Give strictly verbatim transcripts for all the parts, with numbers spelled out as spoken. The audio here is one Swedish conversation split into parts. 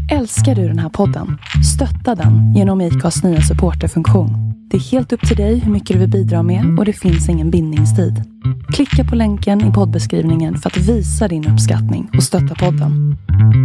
Älskar du den här podden? Stötta den genom I C A:s nya supporterfunktion. Det är helt upp till dig hur mycket du vill bidra med och det finns ingen bindningstid. Klicka på länken i poddbeskrivningen för att visa din uppskattning och stötta podden.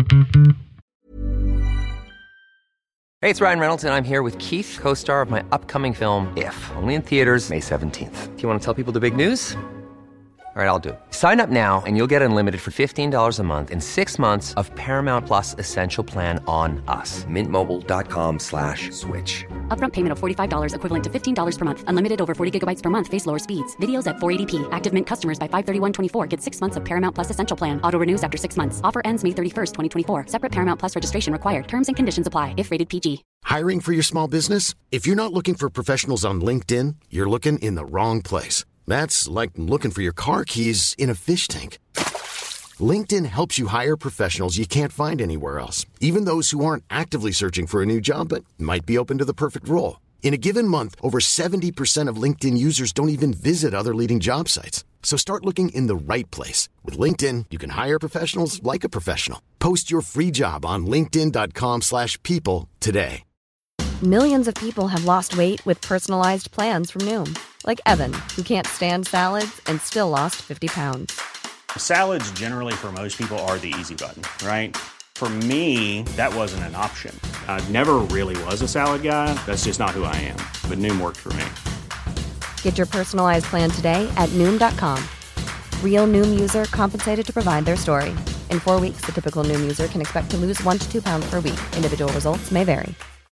Hey, it's Ryan Reynolds and I'm here with Keith, co-star of my upcoming film If, only in theaters May seventeenth. Do you want to tell people the big news? All right, I'll do it. Sign up now and you'll get unlimited for fifteen dollars a month and six months of Paramount Plus Essential Plan on us. Mint Mobile dot com slash switch. Upfront payment of forty-five dollars equivalent to fifteen dollars per month. Unlimited over forty gigabytes per month. Face lower speeds. Videos at four eighty p. Active Mint customers by five thirty-one twenty-four get six months of Paramount Plus Essential Plan. Auto renews after six months. Offer ends May thirty-first, twenty twenty-four. Separate Paramount Plus registration required. Terms and conditions apply if rated P G. Hiring for your small business? If you're not looking for professionals on LinkedIn, you're looking in the wrong place. That's like looking for your car keys in a fish tank. LinkedIn helps you hire professionals you can't find anywhere else, even those who aren't actively searching for a new job but might be open to the perfect role. In a given month, over seventy percent of LinkedIn users don't even visit other leading job sites. So start looking in the right place. With LinkedIn, you can hire professionals like a professional. Post your free job on linkedin dot com slash people today. Millions of people have lost weight with personalized plans from Noom. Like Evan, who can't stand salads and still lost fifty pounds. Salads generally for most people are the easy button, right? For me, that wasn't an option. I never really was a salad guy. That's just not who I am. But Noom worked for me. Get your personalized plan today at Noom dot com. Real Noom user compensated to provide their story. In four weeks, the typical Noom user can expect to lose one to two pounds per week. Individual results may vary.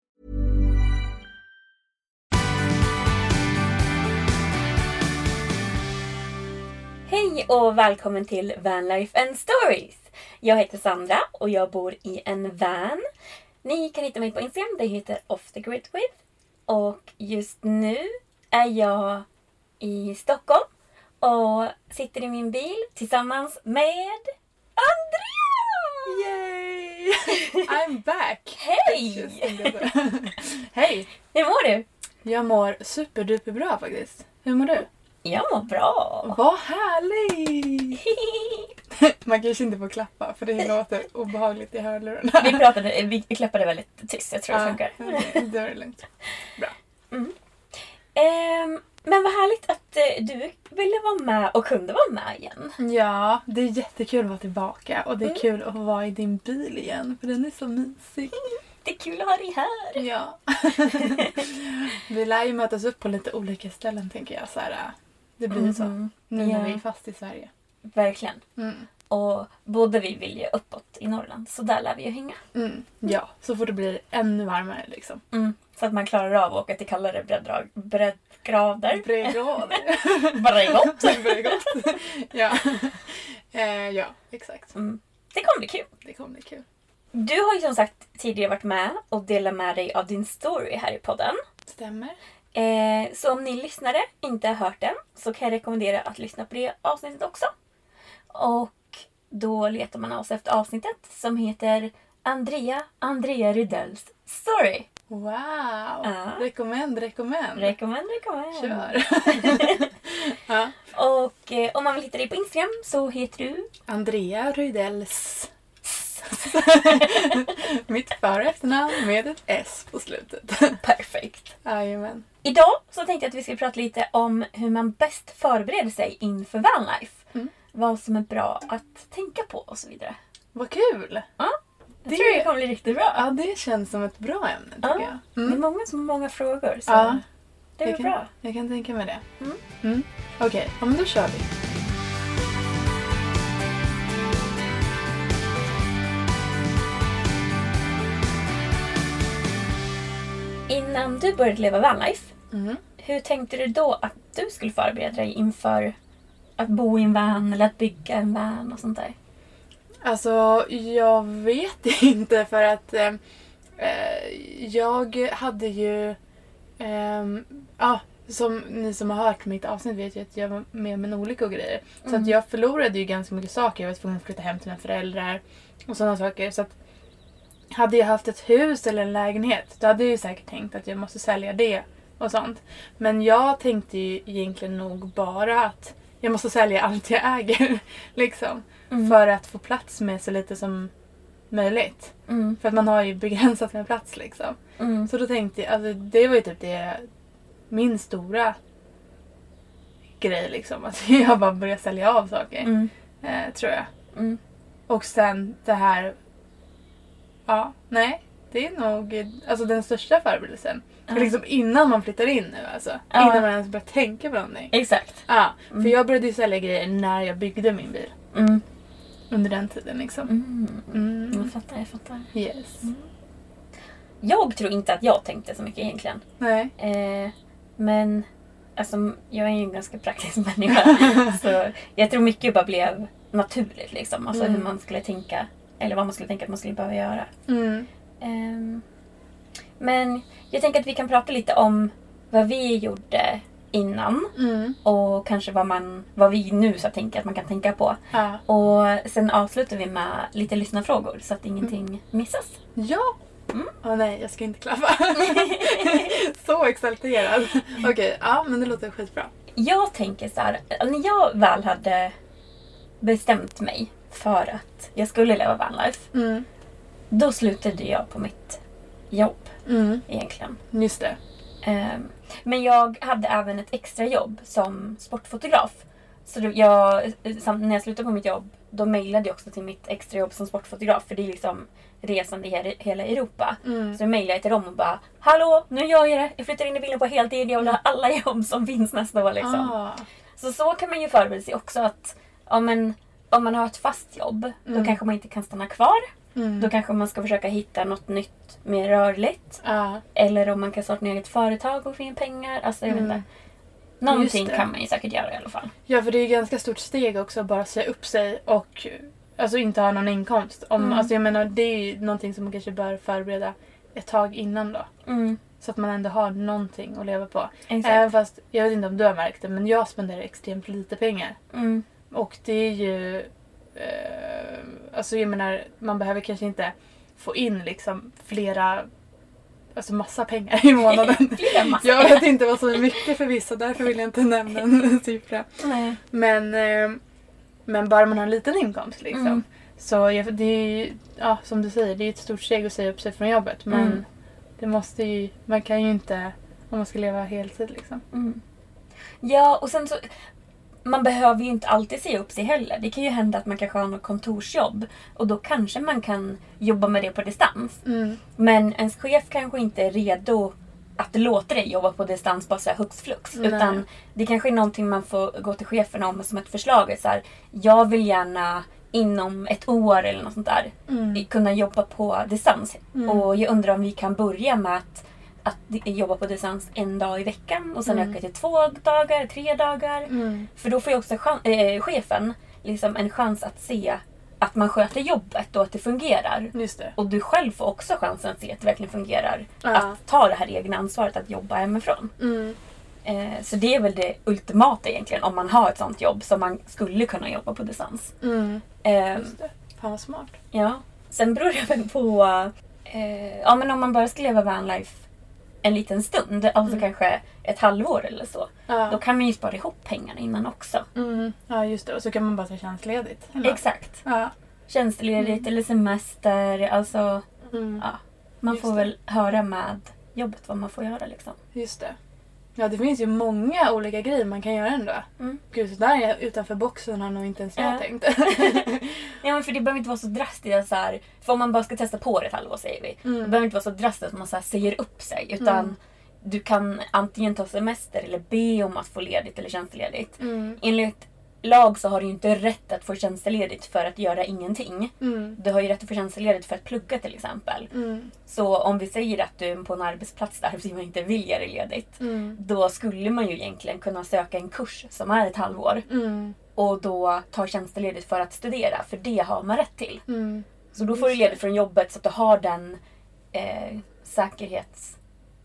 Hej och välkommen till Vanlife and Stories. Jag heter Sandra och jag bor i en van. Ni kan hitta mig på Instagram, det heter Off the Grid With. Och just nu är jag i Stockholm och sitter i min bil tillsammans med Andrea! Yay! I'm back! Hej! Hej! Hur mår du? Jag mår superduper bra faktiskt. Hur mår du? Jag mår bra. Vad härligt! Man kanske inte får klappa för det låter obehagligt i hörlurarna. Vi pratade, vi klappade väldigt tyst, jag tror det funkar. Okay, det var lugnt. Bra. Mm. Um, men vad härligt att uh, du ville vara med och kunde vara med igen. Ja, det är jättekul att vara tillbaka och det är mm. kul att få vara i din bil igen för den är så mysig. Det är kul att ha dig här. Ja. Vi lär ju mötas upp på lite olika ställen tänker jag så här. Det blir mm. så. Nu när ja. vi är fast i Sverige. Verkligen. Mm. Och båda vi vill ju uppåt i Norrland. Så där lär vi ju hänga. Mm. Ja, så får det bli ännu varmare liksom. Mm. Så att man klarar av att åka till kallare breddgrader. Breddgrader. Breddgrader. Bredgott. Bredgott. Ja. Eh, ja, exakt. Mm. Det kommer bli kul. Det kommer bli kul. Du har ju som sagt tidigare varit med och delat med dig av din story här i podden. Stämmer. Eh, så om ni lyssnare inte har hört den så kan jag rekommendera att lyssna på det avsnittet också. Och då letar man alltså efter avsnittet som heter Andrea, Andrea Rydells story. Wow, ja. rekommend, rekommend. Rekommend, rekommend. Kör. Ja. Och eh, om man vill hitta dig på Instagram så heter du Andrea Rydells. Mitt för- och efternamn med ett S på slutet. Perfekt. Jajamän. Idag så tänkte jag att vi ska prata lite om hur man bäst förbereder sig inför vanlife. Mm. Vad som är bra att tänka på och så vidare. Vad kul! Ja, jag det... tror det kommer bli riktigt bra. Ja, det känns som ett bra ämne tycker ja. jag. Mm. Det är många som har många frågor. Så ja, det är jag kan, bra. Jag kan tänka mig det. Mm. Mm. Okej, okay, ja, men då kör vi. Innan du började leva vanlife, mm. hur tänkte du då att du skulle förbereda dig inför att bo i en van eller att bygga en van och sånt där? Alltså, jag vet inte för att eh, jag hade ju eh, ja, som ni som har hört mitt avsnitt vet ju att jag var med om en olycka och grejer. Så mm. att jag förlorade ju ganska mycket saker. Jag var tvungen att flytta hem till mina föräldrar och sådana saker. Så att hade jag haft ett hus eller en lägenhet, då hade jag ju säkert tänkt att jag måste sälja det och sånt. Men jag tänkte ju egentligen nog bara att jag måste sälja allt jag äger. liksom. Mm. För att få plats med så lite som möjligt. Mm. För att man har ju begränsat med plats liksom. Mm. Så då tänkte jag, alltså det var ju typ det min stora grej liksom. Att jag bara började sälja av saker. Mm. Eh, tror jag. Mm. Och sen det här, ja, nej. Det är nog alltså den största förberedelsen. För liksom innan man flyttar in nu alltså. Ja. Innan man ens börjar tänka på någonting. Exakt. Ja, Mm. för jag började ju sälja grejer när jag byggde min bil. Mm. Under den tiden liksom. Mm. Mm. Jag fattar, jag fattar. Yes. Mm. Jag tror inte att jag tänkte så mycket egentligen. Nej. Eh, men alltså, jag är ju en ganska praktisk människa. Så jag tror mycket bara blev naturligt liksom. Alltså Mm. hur man skulle tänka. Eller vad man skulle tänka att man skulle behöva göra. Mm. Eh, men jag tänker att vi kan prata lite om vad vi gjorde innan. Mm. Och kanske vad, man, vad vi nu så tänker att man kan tänka på. Ja. Och sen avslutar vi med lite lyssnarfrågor så att ingenting missas. Ja. Mm. Åh nej, jag ska inte klappa. Så exalterad. Okej, okay, ja men det låter skitbra. Jag tänker så här, när jag väl hade bestämt mig för att jag skulle leva vanlife, Mm. då slutade jag på mitt jobb Mm. egentligen. Just det. Um, men jag hade även ett extra jobb som sportfotograf. Så då jag, samt när jag slutade på mitt jobb, då mejlade jag också till mitt extra jobb som sportfotograf. För det är liksom resande i hela Europa. Mm. Så jag mejlade till dem och bara, hallå, nu gör jag det. Jag flyttar in i bilen på heltid. Jag vill ha alla jobb som finns nästa år liksom. Ah. Så så kan man ju förbereda sig också att ja, men, om man har ett fast jobb, Mm. då kanske man inte kan stanna kvar. Mm. Då kanske man ska försöka hitta något nytt, mer rörligt. Ja. Eller om man kan starta ett eget företag och få in pengar. Alltså jag Mm. vet inte. Någonting Just det. kan man ju säkert göra i alla fall. Ja, för det är ju ganska stort steg också att bara säga upp sig och alltså inte ha någon inkomst. Om, Mm. alltså jag menar, det är ju någonting som man kanske bör förbereda ett tag innan då. Mm. Så att man ändå har någonting att leva på. Exakt. Även fast, jag vet inte om du har märkt det, men jag spenderar extremt lite pengar. Mm. Och det är ju, eh, alltså jag menar, man behöver kanske inte få in liksom flera, alltså massa pengar i månaden. Flera massa Jag vet pengar. inte vad som är mycket för vissa, därför vill jag inte nämna en siffra. Nej. Men, eh, men bara man har en liten inkomst liksom. Mm. Så jag, det är ju, ja, som du säger, det är ett stort steg att säga upp sig från jobbet. Men Mm. det måste ju, man kan ju inte, om man ska leva heltid liksom. Mm. Ja, och sen så man behöver ju inte alltid se upp sig heller. Det kan ju hända att man kanske har något kontorsjobb. Och då kanske man kan jobba med det på distans. Mm. Men ens chef kanske inte är redo att låta dig jobba på distans bara så här hux flux. Nej. Utan det kanske är någonting man får gå till chefen om som ett förslag. Så här, jag vill gärna inom ett år eller något sånt där Mm. kunna jobba på distans. Mm. Och jag undrar om vi kan börja med att, att jobba på distans en dag i veckan. Och sen Mm. öka till två dagar, tre dagar. Mm. För då får ju också chan- äh, chefen liksom en chans att se att man sköter jobbet och att det fungerar. Just det. Och du själv får också chansen att se att det verkligen fungerar. Ja. Att ta det här egna ansvaret att jobba hemifrån. Mm. Eh, så det är väl det ultimata egentligen. Om man har ett sånt jobb som man skulle kunna jobba på distans. Mm. Eh, Just det. Fan vad smart. ja. Sen beror det väl på... Eh, ja men om man bara ska leva vanlife en liten stund. Alltså Mm. kanske ett halvår eller så. Ja. Då kan man ju spara ihop pengarna innan också. Mm. Ja just det. Och så kan man bara ta tjänstledigt. eller? Exakt. Ja. Tjänstledigt Mm. eller semester. Alltså Mm. ja. Man Just får det. väl höra med jobbet vad man får göra liksom. Just det. Ja, det finns ju många olika grejer man kan göra ändå. Mm. Gud, så där är utanför boxen har nog inte ens jag Ja. tänkt. Ja men för det behöver inte vara så drastiskt så här, för om man bara ska testa på det ett halvår säger vi. Mm. Det behöver inte vara så drastiskt att man så här säger upp sig. Utan Mm. du kan antingen ta semester eller be om att få ledigt eller tjänstledigt. Mm. Enligt lag så har du ju inte rätt att få tjänstledigt för att göra ingenting. Mm. Du har ju rätt att få tjänstledigt för att plugga till exempel. Mm. Så om vi säger att du är på en arbetsplats där arbetsgivaren inte vill ge dig ledigt. Mm. Då skulle man ju egentligen kunna söka en kurs som är ett halvår. Mm. Och då ta tjänstledigt för att studera. För det har man rätt till. Mm. Så då får du ledigt från jobbet så att du har den eh, säkerhets...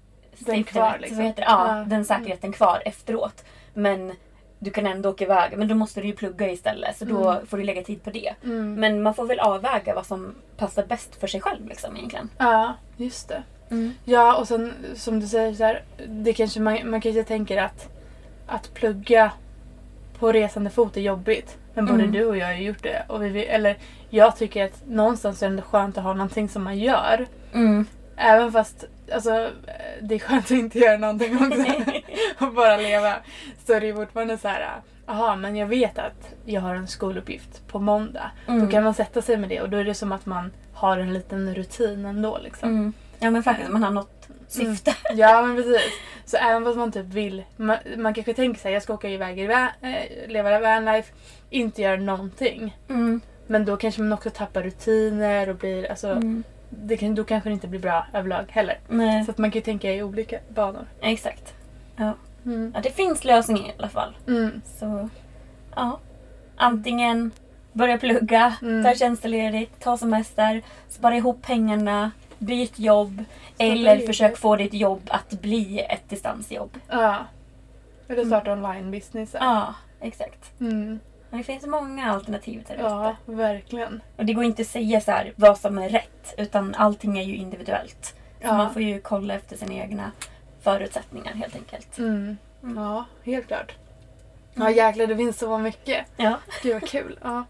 Den safety kvar, net, liksom. så heter det? Ja, Ja. den säkerheten kvar efteråt. Men du kan ändå åka iväg. Men då måste du ju plugga istället. Så då Mm. får du lägga tid på det. Mm. Men man får väl avväga vad som passar bäst för sig själv liksom egentligen. Ja, just det. Mm. Ja, och sen som du säger så här, det kanske man, man kanske tänker att att plugga på resande fot är jobbigt. Men både Mm. du och jag har ju gjort det. Och vi, vill- eller jag tycker att någonstans är det skönt att ha någonting som man gör. Mm. Även fast alltså, det är skönt att inte göra någonting också. Och bara leva. Så är det fortfarande så här. Aha, men jag vet att jag har en skoluppgift på måndag. Mm. Då kan man sätta sig med det. Och då är det som att man har en liten rutin ändå. Liksom. Mm. Ja men faktiskt, man har något syfte. Mm. Ja men precis. Så även fast man typ vill. Man, man kanske tänker sig jag ska åka iväg i vä- äh, leva vanlife. Inte göra någonting. Mm. Men då kanske man också tappar rutiner och blir alltså... Mm. Det kan, då kanske det inte blir bra överlag heller. Nej. Så att man kan ju tänka i olika banor. Exakt. Ja. Mm. Ja, det finns lösningar i alla fall. Mm. Så, ja. Antingen börja plugga, Mm. ta tjänsteledigt, ta semester, spara ihop pengarna, byt jobb. Starta eller eget. försök få ditt jobb att bli ett distansjobb. Ja. Eller starta online business. Ja, exakt. Mm. Men det finns många alternativ där ute. Ja, verkligen. Och det går inte att säga så här vad som är rätt. Utan allting är ju individuellt. Så Ja. man får ju kolla efter sina egna förutsättningar helt enkelt. Mm. Mm. Ja, helt klart. Ja, jäklar, det finns så mycket. Ja. Gud vad kul. Ja.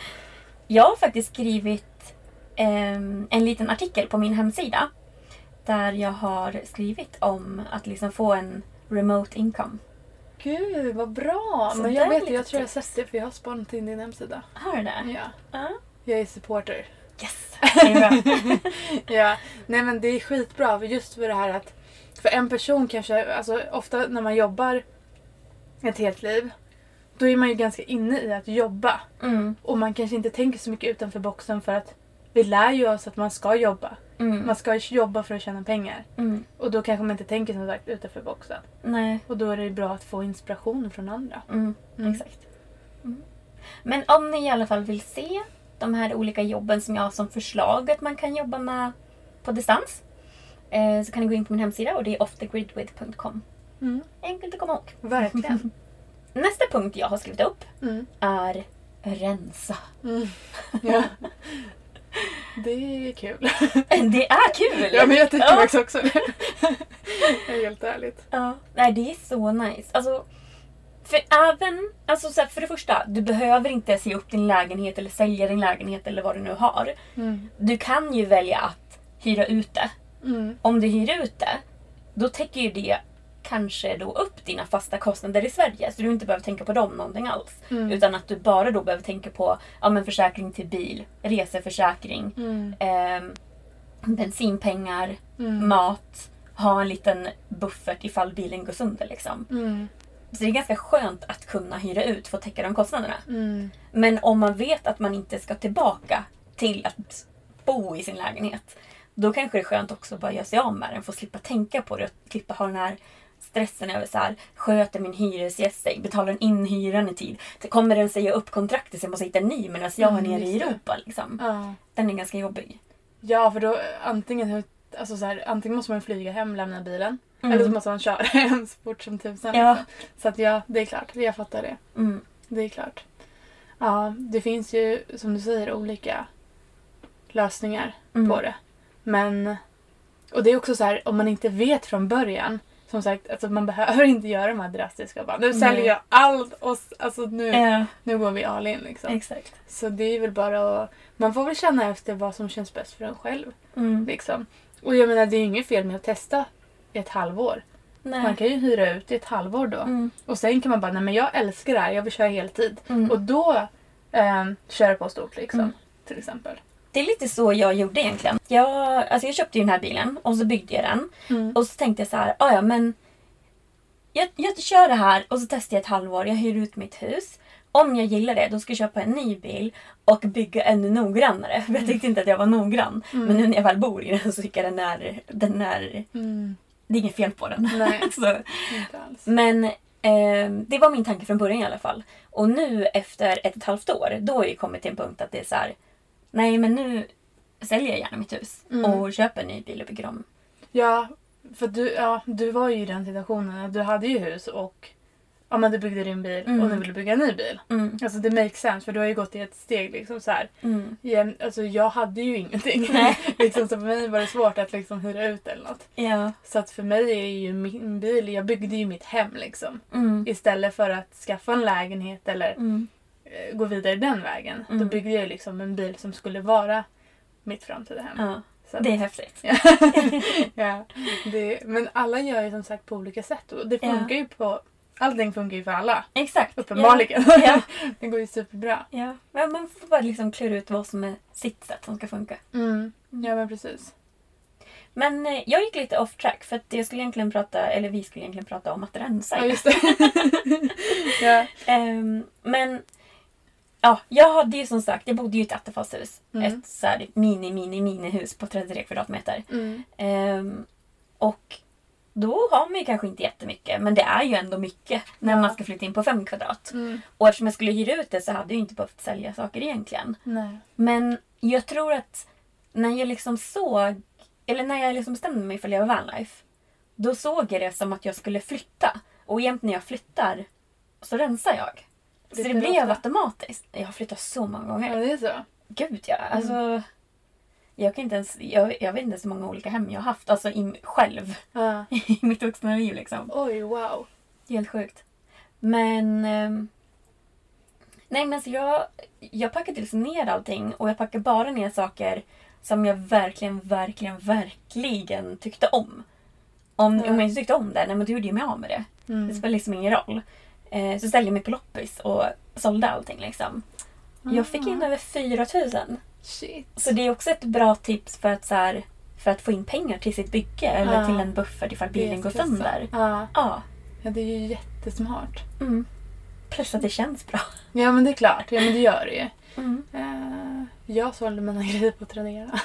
Jag har faktiskt skrivit ehm, en liten artikel på min hemsida. Där jag har skrivit om att liksom få en remote income. Gud, vad bra. Så Men det jag är vet, lite jag tror jag har tips. sett det för jag har spanat in din hemsida. Har du det? Ja. Ja. Jag är supporter. Yes! Det är bra. Ja, nej men det är skitbra för just för det här att för en person kanske, alltså ofta när man jobbar ett helt liv då är man ju ganska inne i att jobba Mm. och man kanske inte tänker så mycket utanför boxen för att vi lär ju oss att man ska jobba. Mm. Man ska jobba för att tjäna pengar Mm. och då kanske man inte tänker som sagt utanför boxen. Nej. Och då är det bra att få inspiration från andra. Mm. Mm. Exakt. Mm. Men om ni i alla fall vill se de här olika jobben som jag har som förslag att man kan jobba med på distans. Eh, så kan ni gå in på min hemsida och det är off the grid with punkt com. Mm. Enkelt att komma ihåg. Verkligen. Nästa punkt jag har skrivit upp Mm. är rensa. Mm. Ja. Det är kul. Det är kul! Ja, men jag tycker Ja. faktiskt också det. Det är helt ärligt. Ja, nej det är så nice. Alltså, för även, alltså så här, för det första, du behöver inte se upp din lägenhet eller sälja din lägenhet eller vad du nu har. Mm. Du kan ju välja att hyra ut det. Mm. Om du hyr ut det, då täcker ju det kanske då upp dina fasta kostnader i Sverige. Så du inte behöver tänka på dem någonting alls. Mm. Utan att du bara då behöver tänka på ja, men försäkring till bil, reseförsäkring, Mm. eh, bensinpengar, Mm. mat, ha en liten buffert ifall bilen går sönder liksom. Mm. Så det är ganska skönt att kunna hyra ut för att täcka de kostnaderna. Mm. Men om man vet att man inte ska tillbaka till att bo i sin lägenhet, då kanske det är skönt också att bara göra sig av med den för att slippa tänka på det och slippa ha den här stressen över så här, sköter min hyresgäst sig, betalar den in hyran i tid. Så kommer den säga upp kontraktet så jag måste hitta en ny medan jag är Mm, nere i just det. Europa liksom. Ja. Den är ganska jobbig. Ja, för då antingen, hur- alltså så här, antingen måste man flyga hem, lämna bilen. Mm. Eller så måste man köra hem fort som tusan. Ja. Liksom. Så att ja, det är klart. Jag fattar det. Mm. Det är klart. Ja, det finns ju som du säger olika lösningar Mm. på det. Men, och det är också så här, om man inte vet från början, som sagt, alltså man behöver inte göra de här drastiska bara, nu säljer Nej. jag allt och s- alltså nu, Ja, nu går vi all in liksom. exakt. Så det är väl bara att, man får väl känna efter vad som känns bäst för en själv. Mm. Liksom. Och jag menar, det är ju inget fel med att testa i ett halvår. Nej. Man kan ju hyra ut i ett halvår då. Mm. Och sen kan man bara, nej men jag älskar det här, jag vill köra heltid. Mm. Och då eh, köra på stort liksom. Mm. Till exempel. Det är lite så jag gjorde egentligen. Jag, alltså jag köpte ju den här bilen och så byggde jag den. Mm. Och så tänkte jag så här, "Ah, ja men jag, jag kör det här och så testar jag ett halvår. Jag hyr ut mitt hus. Om jag gillar det, då ska jag köpa en ny bil och bygga ännu noggrannare. För jag tyckte inte att jag var noggrann. Mm. Men nu när jag väl bor i den så tycker jag den är, den är Mm. det är inget fel på den. Nej. så, Inte alls. men eh, det var min tanke från början i alla fall. Och nu efter ett och ett halvt år, då har jag kommit till en punkt att det är så här, nej men nu säljer jag gärna mitt hus Mm. och köper en ny bil och bygger om. Ja, för du, ja, du var ju i den situationen att du hade ju hus och ja, men du byggde din bil Mm. och nu vill du bygga en ny bil. Mm. Alltså det makes sense för du har ju gått i ett steg liksom så här. Mm. Ja, alltså jag hade ju ingenting. Nej. liksom, så för mig var det svårt att liksom hyra ut eller något. Ja. Så att för mig är ju min bil, jag byggde ju mitt hem liksom. Mm. Istället för att skaffa en lägenhet eller Mm. eh, gå vidare den vägen. Mm. Då byggde jag liksom en bil som skulle vara mitt framtida hem. Ja, Så att, det är häftigt. ja, ja, det, men alla gör ju som sagt på olika sätt. Och det funkar Ja. ju på... Allting funkar ju för alla. Exakt. Uppenbarligen. Ja. Ja. Det går ju superbra. Ja. Men man får bara liksom klura ut vad som är sitt sätt som ska funka. Mm. Ja, men precis. Men eh, jag gick lite off track för att jag skulle egentligen prata, eller vi skulle egentligen prata om att rensa. Ja, just det. Ja. Ehm, men ja, jag hade ju som sagt, jag bodde ju i ett attefallshus. Mm. Ett så här mini, mini, mini hus på trettiotre kvadratmeter. Mm. Ehm, och då har man ju kanske inte jättemycket, men det är ju ändå mycket när Ja. man ska flytta in på fem kvadrat. Mm. Och eftersom jag skulle hyra ut det så hade jag ju inte behövt sälja saker egentligen. Nej. Men jag tror att när jag liksom såg, eller när jag liksom bestämde mig för att leva vanlife, då såg jag det som att jag skulle flytta. Och jämt när jag flyttar så rensar jag. Så Flyttar det du blev ofta? automatiskt. Jag har flyttat så många gånger. Ja, det är så. Gud ja, alltså... Jag, kan inte ens, jag, jag vet inte så många olika hem jag har haft. Alltså i, själv. Ja. I mitt vuxna liv liksom. Oj, wow. Helt sjukt. Men... ehm, nej men så jag, jag packar liksom ner allting. Och jag packar bara ner saker som jag verkligen, verkligen, verkligen tyckte om. Om, Ja. om jag inte tyckte om det, nej men då gjorde jag mig av med det. Mm. Det spelar liksom ingen roll. Eh, så ställde jag mig på loppis och sålde allting liksom. Jag fick in över fyra tusen. Shit. Så det är också ett bra tips för att, så här, för att få in pengar till sitt bygge. Eller Ja. till en buffert ifall bilen går Respressa. sönder. Ja. Ja. Ja, det är ju jättesmart. Mm. Plus att det känns bra. Ja, men det är klart. Ja, men det gör det ju. Mm. Eh, jag sålde mina grejer på Tradera.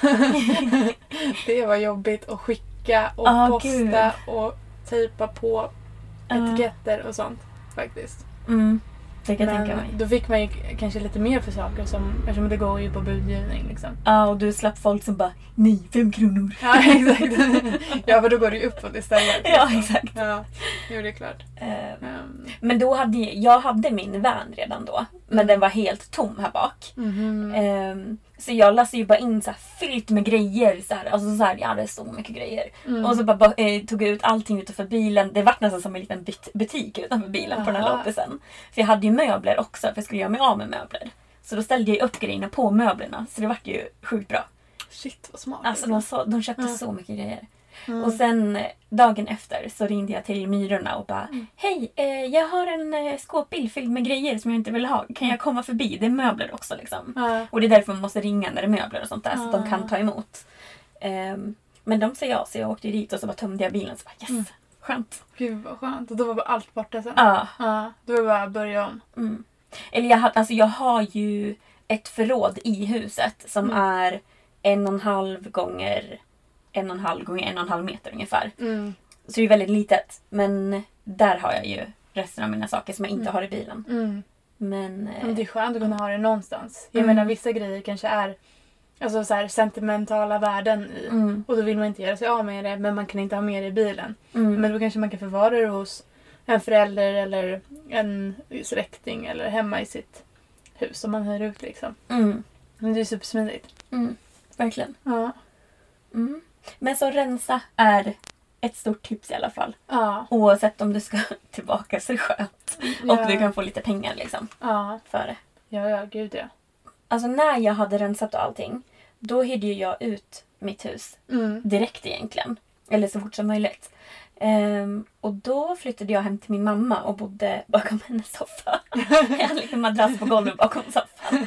Det var jobbigt att skicka och Ah, posta gud. och tejpa på Ja. etiketter och sånt faktiskt. Mm. Det kan jag tänka Men mig. då fick man ju k- kanske lite mer för saker som, eftersom det går ju på budgivning liksom. Ja, och du slapp folk som bara, nej, fem kronor. Ja, exakt. Ja, för då går det ju uppåt istället. Ja, liksom. exakt. Ja, jo, det är klart. Eh, Um, Men då hade jag, jag hade min van redan då. Men den var helt tom här bak. mhm. Ehm, så jag läste ju bara in så här, fyllt med grejer. Så här, alltså så här, jag hade så mycket grejer. Mm. Och så bara, bara eh, tog jag ut allting utanför bilen. Det var nästan som en liten bit- butik utanför bilen på den här Aha. loppisen. För jag hade ju möbler också, för jag skulle göra mig av med möbler. Så då ställde jag upp grejerna på möblerna. Så det vart ju sjukt bra. Shit, vad smart. Alltså de, så, de köpte Ja. så mycket grejer. Mm. Och sen eh, dagen efter så ringde jag till Myrorna och bara hej, eh, jag har en eh, skåpbil fylld med grejer som jag inte vill ha. Kan jag komma förbi? Det är möbler också liksom. Ja. Och det är därför man måste ringa när det är möbler och sånt där så att de Ah. kan ta emot. Ehm, men de sa ja, så jag åkte dit och så bara tömde jag bilen så bara yes, Mm. skönt. Gud vad skönt. Och då var bara allt borta sen. Ja. Ja, då var det bara att börja om. Mm. Eller jag, har- alltså jag har ju ett förråd i huset som Mm. är en och en halv gånger en och en halv gånger en och en halv meter ungefär. Mm. Så det är väldigt litet. Men där har jag ju resten av mina saker som jag inte Mm. har i bilen. Mm. Men... eh, Men det är skönt att kunna ha det någonstans. Jag Mm. menar vissa grejer kanske är alltså så här sentimentala värden i. Mm, Och då vill man inte göra sig av med det, men man kan inte ha med det i bilen. mm, Men då kanske man kan förvara det hos en förälder eller en släkting eller hemma i sitt hus som man hyr ut liksom. mm, Men det är supersmidigt. mm, verkligen. Ja. Mm. Men så rensa är ett stort tips i alla fall. Ja. Oavsett om du ska tillbaka så är det skönt. Ja. Och du kan få lite pengar liksom Ja. för det. Ja, ja, gud ja. Alltså när jag hade rensat och allting, då hyrde ju jag ut mitt hus Mm. direkt egentligen. Eller så fort som möjligt. Ehm, och då flyttade jag hem till min mamma och bodde bakom hennes soffa. Jag hade en liten madrass på golvet bakom soffan.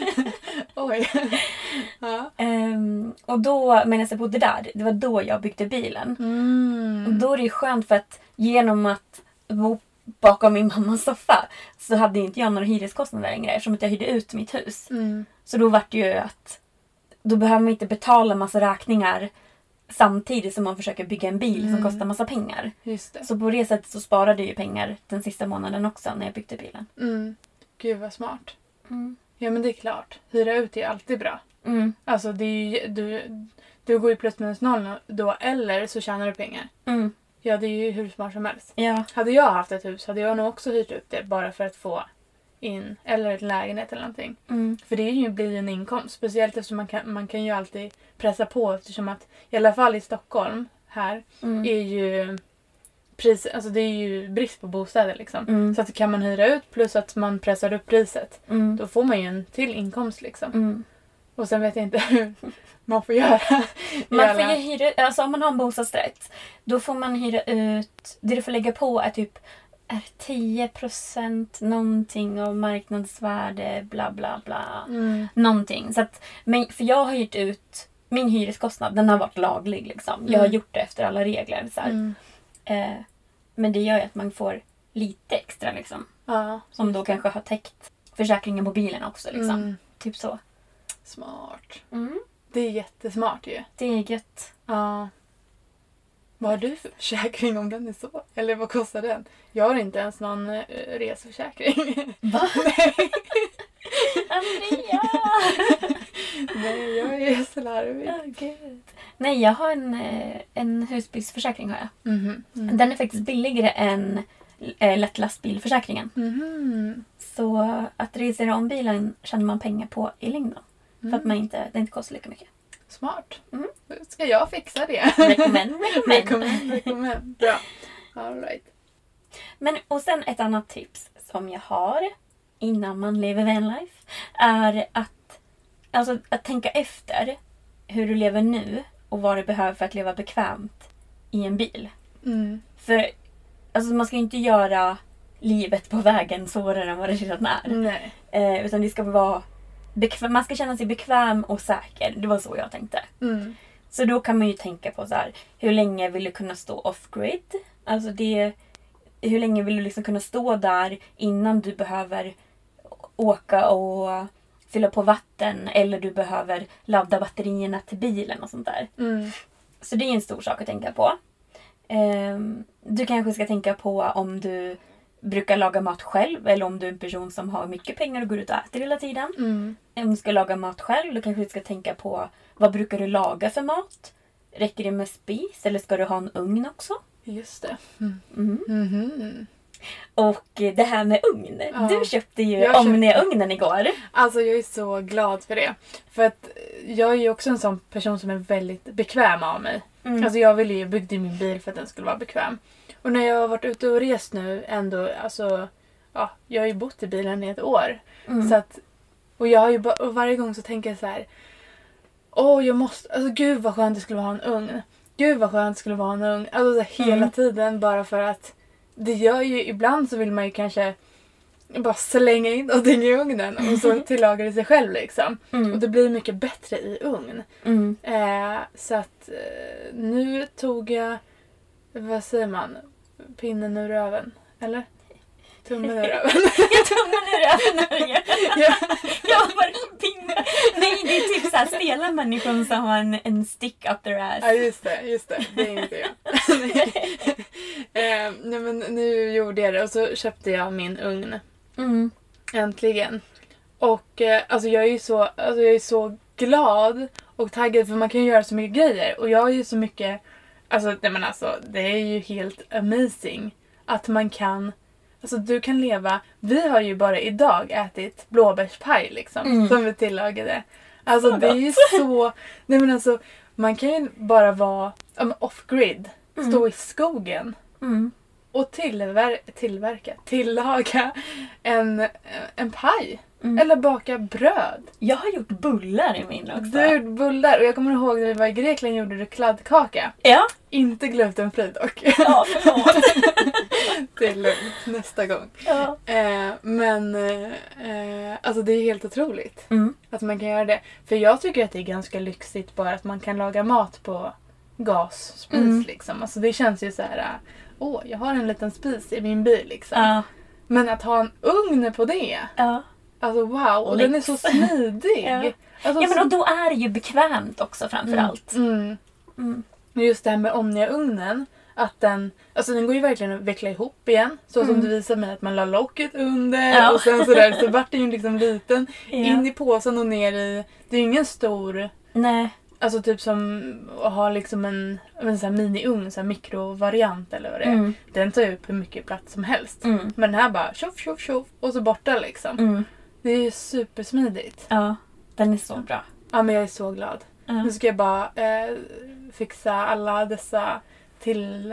Oj. Ja. Ehm, och då, medan jag bodde där, det var då jag byggde bilen. Och Mm. då är det skönt för att genom att bo bakom min mammas soffa så hade inte jag några hyreskostnader längre eftersom att jag hyrde ut mitt hus. Mm. Så då var det ju att då behöver man inte betala massa räkningar samtidigt som man försöker bygga en bil som Mm. kostar massa pengar. Just det. Så på det sättet så sparade jag ju pengar den sista månaden också när jag byggde bilen. Mm. Gud vad smart. Mm. Ja, men det är klart. Hyra ut är alltid bra. Mm. Alltså det är ju, du, du går ju plus minus noll då, eller så tjänar du pengar. Mm. Ja, det är ju hur smart som helst. Ja. Hade jag haft ett hus hade jag nog också hyrt ut det bara för att få in, eller ett lägenhet eller någonting. Mm. För det är ju, blir ju en inkomst. Speciellt eftersom man kan, man kan ju alltid pressa på eftersom att, i alla fall i Stockholm här, Mm. är ju pris, alltså det är ju brist på bostäder liksom. Mm. Så att kan man hyra ut plus att man pressar upp priset. Mm. Då får man ju en till inkomst liksom. Mm. Och sen vet jag inte hur man får göra. Man får ju hyra, alltså om man har en bostadsrätt, då får man hyra ut, det du får lägga på är typ är tio procent någonting av marknadsvärde, bla bla bla. Mm. Någonting. Så att, men, för jag har hyrt ut, min hyreskostnad, den har varit laglig liksom. Jag har Mm. gjort det efter alla regler. Så här. Mm. Eh, men det gör ju att man får lite extra liksom. Ja. Som då kanske har täckt försäkringen på bilen också liksom. Mm. Typ så. Smart. Mm. Det är jättesmart ju. Det är gött. Ja. Vad har du för försäkring om den är så? Eller vad kostar den? Jag har inte ens någon uh, reseförsäkring. Va? Nej. Andrea! Nej, jag är så larvig. Oh, Gud. Nej, jag har en, eh, en husbilsförsäkring har jag. Mhm. Mm. Den är faktiskt billigare än eh, lättlastbilförsäkringen. Mhm. Så att registrera om bilen tjänar man pengar på i längden. För att man inte, det inte kostar lika mycket. Smart. Mm. Ska jag fixa det? Recommend, recommend. Recommend, recommend. Bra. All right. Men, och sen ett annat tips som jag har innan man lever vanlife är att, alltså, att tänka efter hur du lever nu och vad du behöver för att leva bekvämt i en bil. Mm. För alltså, man ska ju inte göra livet på vägen svårare än vad det redan är. Nej. Eh, utan det ska vara bekväm, man ska känna sig bekväm och säker. Det var så jag tänkte. Mm. Så då kan man ju tänka på så här, hur länge vill du kunna stå off-grid? Alltså det, hur länge vill du liksom kunna stå där innan du behöver åka och fylla på vatten eller du behöver ladda batterierna till bilen och sånt där. Mm. Så det är en stor sak att tänka på. Um, du kanske ska tänka på om du brukar laga mat själv eller om du är en person som har mycket pengar och går ut och äter hela tiden. Mm. Om du ska laga mat själv, då kanske du ska tänka på vad brukar du laga för mat? Räcker det med spis eller ska du ha en ugn också? Just det. Mm. Mm. Mhm. Och det här med ugn. Ja. Du köpte ju Jag köpte- Omnia-ugnen igår. Alltså jag är så glad för det. För att jag är ju också en sån person som är väldigt bekväm av mig. Mm. Alltså jag ville ju byggde min bil för att den skulle vara bekväm. Och när jag har varit ute och rest nu ändå, alltså ja, jag har ju bott i bilen i ett år. Mm. Så att, och jag har ju bara, och varje gång så tänker jag så här. Åh, jag måste, alltså gud vad skönt det skulle vara en ugn. Gud vad skönt det skulle vara en ugn. Alltså så här, hela Mm. tiden bara för att det gör ju, ibland så vill man ju kanske bara slänga in någonting i ugnen och så tillagar det sig själv liksom. Mm. Och det blir mycket bättre i ugn. Mm. Eh, så att eh, nu tog jag, vad säger man, pinnen ur röven, eller? Tummen ur röven. Jag tummen ur röven. Ja. Jag har bara pinne. Nej, det är typ så här stela människor som har en, en stick up their ass. Ja, just det, just det. Det är inte jag. eh, nej, men nu gjorde jag det och så köpte jag min ugn. Mm. Äntligen. Och eh, alltså jag är ju så, alltså jag är så glad och taggad för man kan ju göra så mycket grejer. Och jag har ju så mycket, alltså, nej men alltså det är ju helt amazing att man kan, alltså du kan leva, vi har ju bara idag ätit blåbärspaj liksom, Mm. som vi tillagade. Alltså Så det är ju så, nej men alltså man kan ju bara vara um, off-grid, stå i skogen Mm. och tillver- tillverka, tillaga en, en paj. Mm. Eller baka bröd. Jag har gjort bullar i min också. Du gjorde bullar och jag kommer ihåg när vi var i Grekland gjorde du kladdkaka. Ja. Inte glutenfri dock. Ja, förlåt. Det är lugnt nästa gång. Ja. Eh, men eh, alltså det är helt otroligt Mm. att man kan göra det. För jag tycker att det är ganska lyxigt bara att man kan laga mat på gasspis Mm. liksom. Alltså det känns ju så här. Åh, jag har en liten spis i min bil liksom. Ja. Men att ha en ugn på det. Ja. Alltså wow, och Och den är lyx. så smidig. Ja. Alltså, Ja, men så- och då är det ju bekvämt också framför allt. Mm. Mm. Och just det här med Omnia-ugnen, att den, alltså den går ju verkligen att veckla ihop igen. Så som du visade mig att man la locket under Ja. och sen sådär. Så vart den ju liksom liten, Ja. in i påsen och ner i, det är ju ingen stor, Nej. alltså typ som att ha liksom en, en sån här mini-ugn, så här mikrovariant eller vad det är. Mm. Den tar ju upp hur mycket plats som helst. Mm. Men den här bara tjoff, tjoff, tjoff och så borta liksom. Mm. Det är ju supersmidigt. Ja, den är så bra. Ja, men jag är så glad. Ja. Nu ska jag bara eh, fixa alla dessa till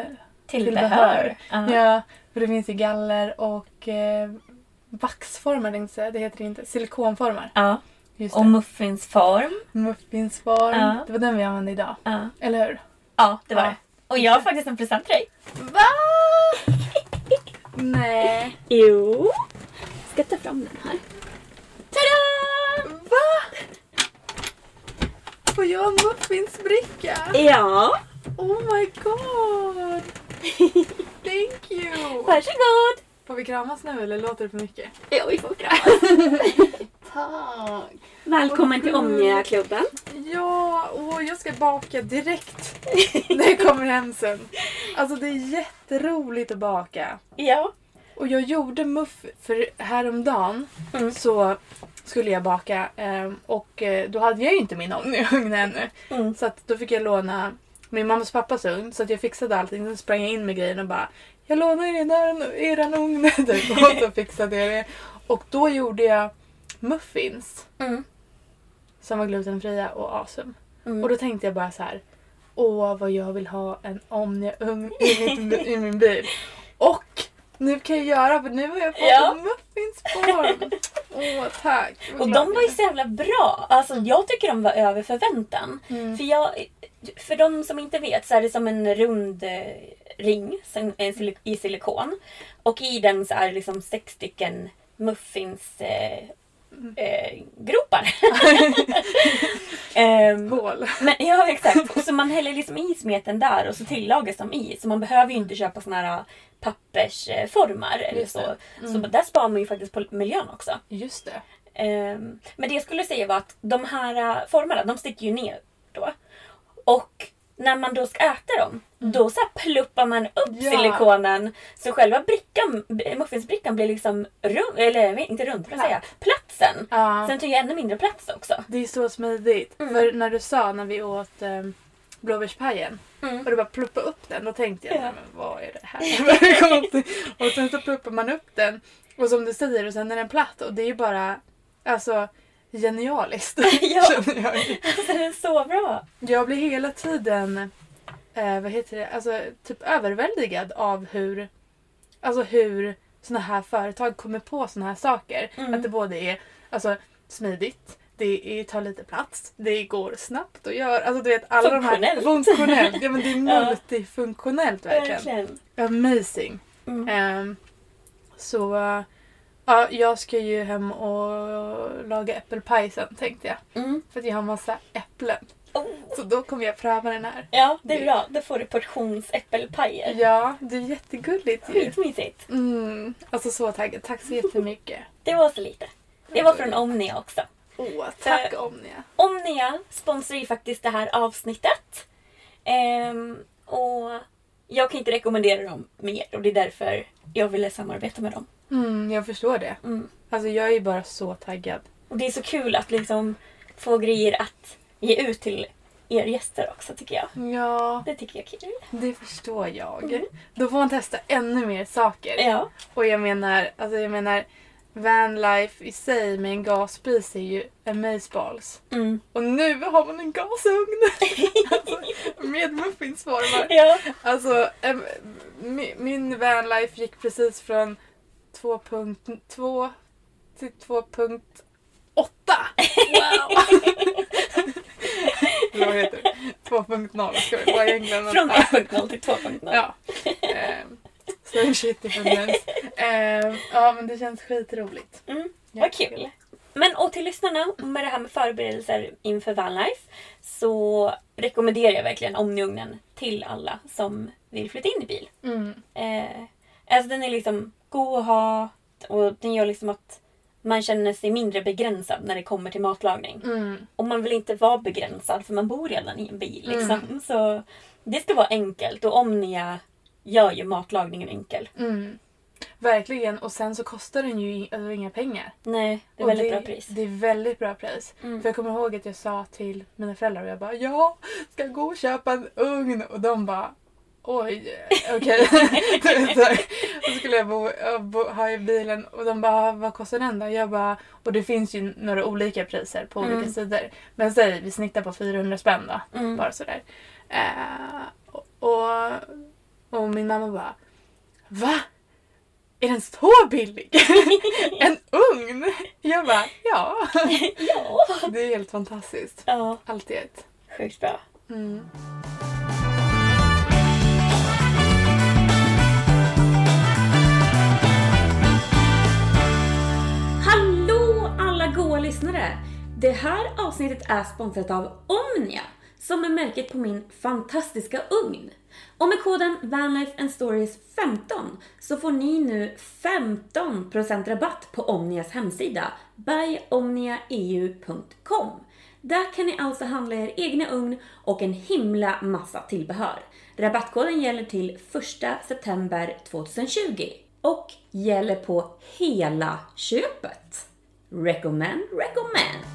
Tillbehör. Tillbehör. Ja, för det finns ju galler och eh, vaxformar, tänkte jag säga. Det heter det inte. Silikonformar. Ja. Just och det. muffinsform. Muffinsform. Ja. Det var den vi använde idag. Ja. Eller hur? Ja, det var Ja. det. Och jag har faktiskt en present till dig. Va? Nej. Jo. Ska ta fram den här. Tada! Va? Får jag en muffinsbricka? Ja. Oh my god. Thank you. Varsågod. Får vi kramas nu eller låter det för mycket? Ja, vi får kramas. Tack. Välkommen till Omnia-klubben. Ja, och jag ska baka direkt när jag kommer hem sen. Alltså det är jätteroligt att baka. Ja. Och jag gjorde muff för häromdagen Mm. så skulle jag baka eh, och eh, då hade jag ju inte min ugn ännu. Mm. Så att då fick jag låna min mammas pappas ugn så att jag fixade allting. Så sprang jag in med grejen och bara jag lånar er där, eran ugn. Och så fixade jag det. Och då gjorde jag muffins Mm. som var glutenfria och awesome. Mm. Och då tänkte jag bara så här: åh vad jag vill ha en Omnia-ugn i, mitt, i min bil. Och nu kan jag göra, för nu har jag fått Ja. en muffinsform. Åh, tack. Vad Och glad de var jag ju är. så jävla bra. Alltså jag tycker de var över förväntan. Mm. För jag, för de som inte vet så är det som en rund eh, ring som är silik- i silikon. Och i den så är det liksom sex stycken muffins eh, eh, gropar. Ehm, Hål. Men, ja, exakt. Och så man häller liksom i smeten där och så tillagas de i. Så man behöver ju inte köpa såna här pappersformar eller Just så. det. Så Mm. där sparar man ju faktiskt på miljön också. Just det. Ehm, men det jag skulle säga var att de här uh, formarna, de sticker ju ner då. Och när man då ska äta dem, då så här pluppar man upp Ja. silikonen. Så själva brickan, muffinsbrickan blir liksom rund, eller inte rund, vad säger jag, platsen. Ja. Sen tar jag ännu mindre plats också. Det är så smidigt. Mm. För när du sa när vi åt eh, blåbärspajen Mm. och du bara pluppa upp den, då tänkte jag, Ja. nej, men vad är det här? Vad är det konstigt? Och sen så pluppar man upp den och som du säger, och sen är den platt och det är ju bara alltså genialiskt. Ja. Känner jag. Alltså, det är så bra. Jag blir hela tiden eh, vad heter det? Alltså typ överväldigad av hur alltså hur såna här företag kommer på såna här saker. Mm. Att det både är alltså smidigt, det är, tar lite plats, det går snabbt att göra. Alltså du vet alla de här Funktionellt. funktionellt. Ja men det är Ja. multifunktionellt verkligen. Verkligen. Amazing. Mm. Ehm, så uh, ja, jag ska ju hem och laga äppelpaj sen tänkte jag. Mm. För att jag har massa äpplen. Oh. Så då kommer jag pröva den här. Ja, det är bra. Då får du portionsäppelpajer. Ja, det är jättegulligt ju. Skitmysigt. Mm, alltså så taggad. Tack så jättemycket. Det var så lite. Det var från Omnia också. Åh, tack Omnia. Omnia sponsrar ju faktiskt det här avsnittet. Ehm, och jag kan inte rekommendera dem mer och det är därför jag ville samarbeta med dem. Mm, jag förstår det. Mm. Alltså jag är bara så taggad. Och det är så kul att liksom få grejer att ge ut till er gäster också tycker jag. Ja, Det tycker jag är kul. det förstår jag. Mm. Då får man testa ännu mer saker. Ja. Och jag menar, alltså jag menar vanlife i sig med en gasspis är ju amazeballs. Mm. Och nu har man en gasugn. Alltså, med muffinsformar. Ja. Alltså, em, mi- min vanlife gick precis från två punkt två till två punkt åtta. Wow! Eller vad heter det? två punkt noll ska vi vara egentligen. Från ett punkt noll till två punkt noll. Ja. Ehm, Same shit difference. Ehm, ja, men det känns skitroligt. Mm, vad kul. Men och till lyssnarna med det här med förberedelser inför Vanlife så rekommenderar jag verkligen Omniugnen till alla som vill flytta in i bil. Mm. Eh, alltså den är liksom god att ha och den gör liksom att man känner sig mindre begränsad när det kommer till matlagning. Mm. Och man vill inte vara begränsad för man bor redan i en bil liksom. Mm. Så det ska vara enkelt och Omnia gör ju matlagningen enkel. Mm. Verkligen. Och sen så kostar den ju i- alltså, inga pengar. Nej, det är Och väldigt det, bra pris. Det är väldigt bra pris. Mm. För jag kommer ihåg att jag sa till mina föräldrar och jag bara, ja, ska jag gå och köpa en ugn? Och de bara, oj, okej. Okay. Och så skulle jag bo, bo, ha i bilen och de bara, vad kostar den då? Jag bara, och det finns ju några olika priser på Mm. olika sidor. Men säg, vi snittar på fyrahundra spänn då. Mm. Bara sådär. Eh, och, och, och min mamma bara, va? Är den så billig? En ugn? Jag bara, ja. Ja. Det är helt fantastiskt. Ja. Alltid ett. Sjukt bra. Mm. Hallå alla goa lyssnare! Det här avsnittet är sponsrat av Omnia, som är märket på min fantastiska ugn. Och med koden Vanlife and Stories femton så får ni nu femton procent rabatt på Omnias hemsida buy omnia e u punkt com. Där kan ni alltså handla er egna ugn och en himla massa tillbehör. Rabattkoden gäller till första september tjugohundratjugo och gäller på hela köpet. Recommend, recommend!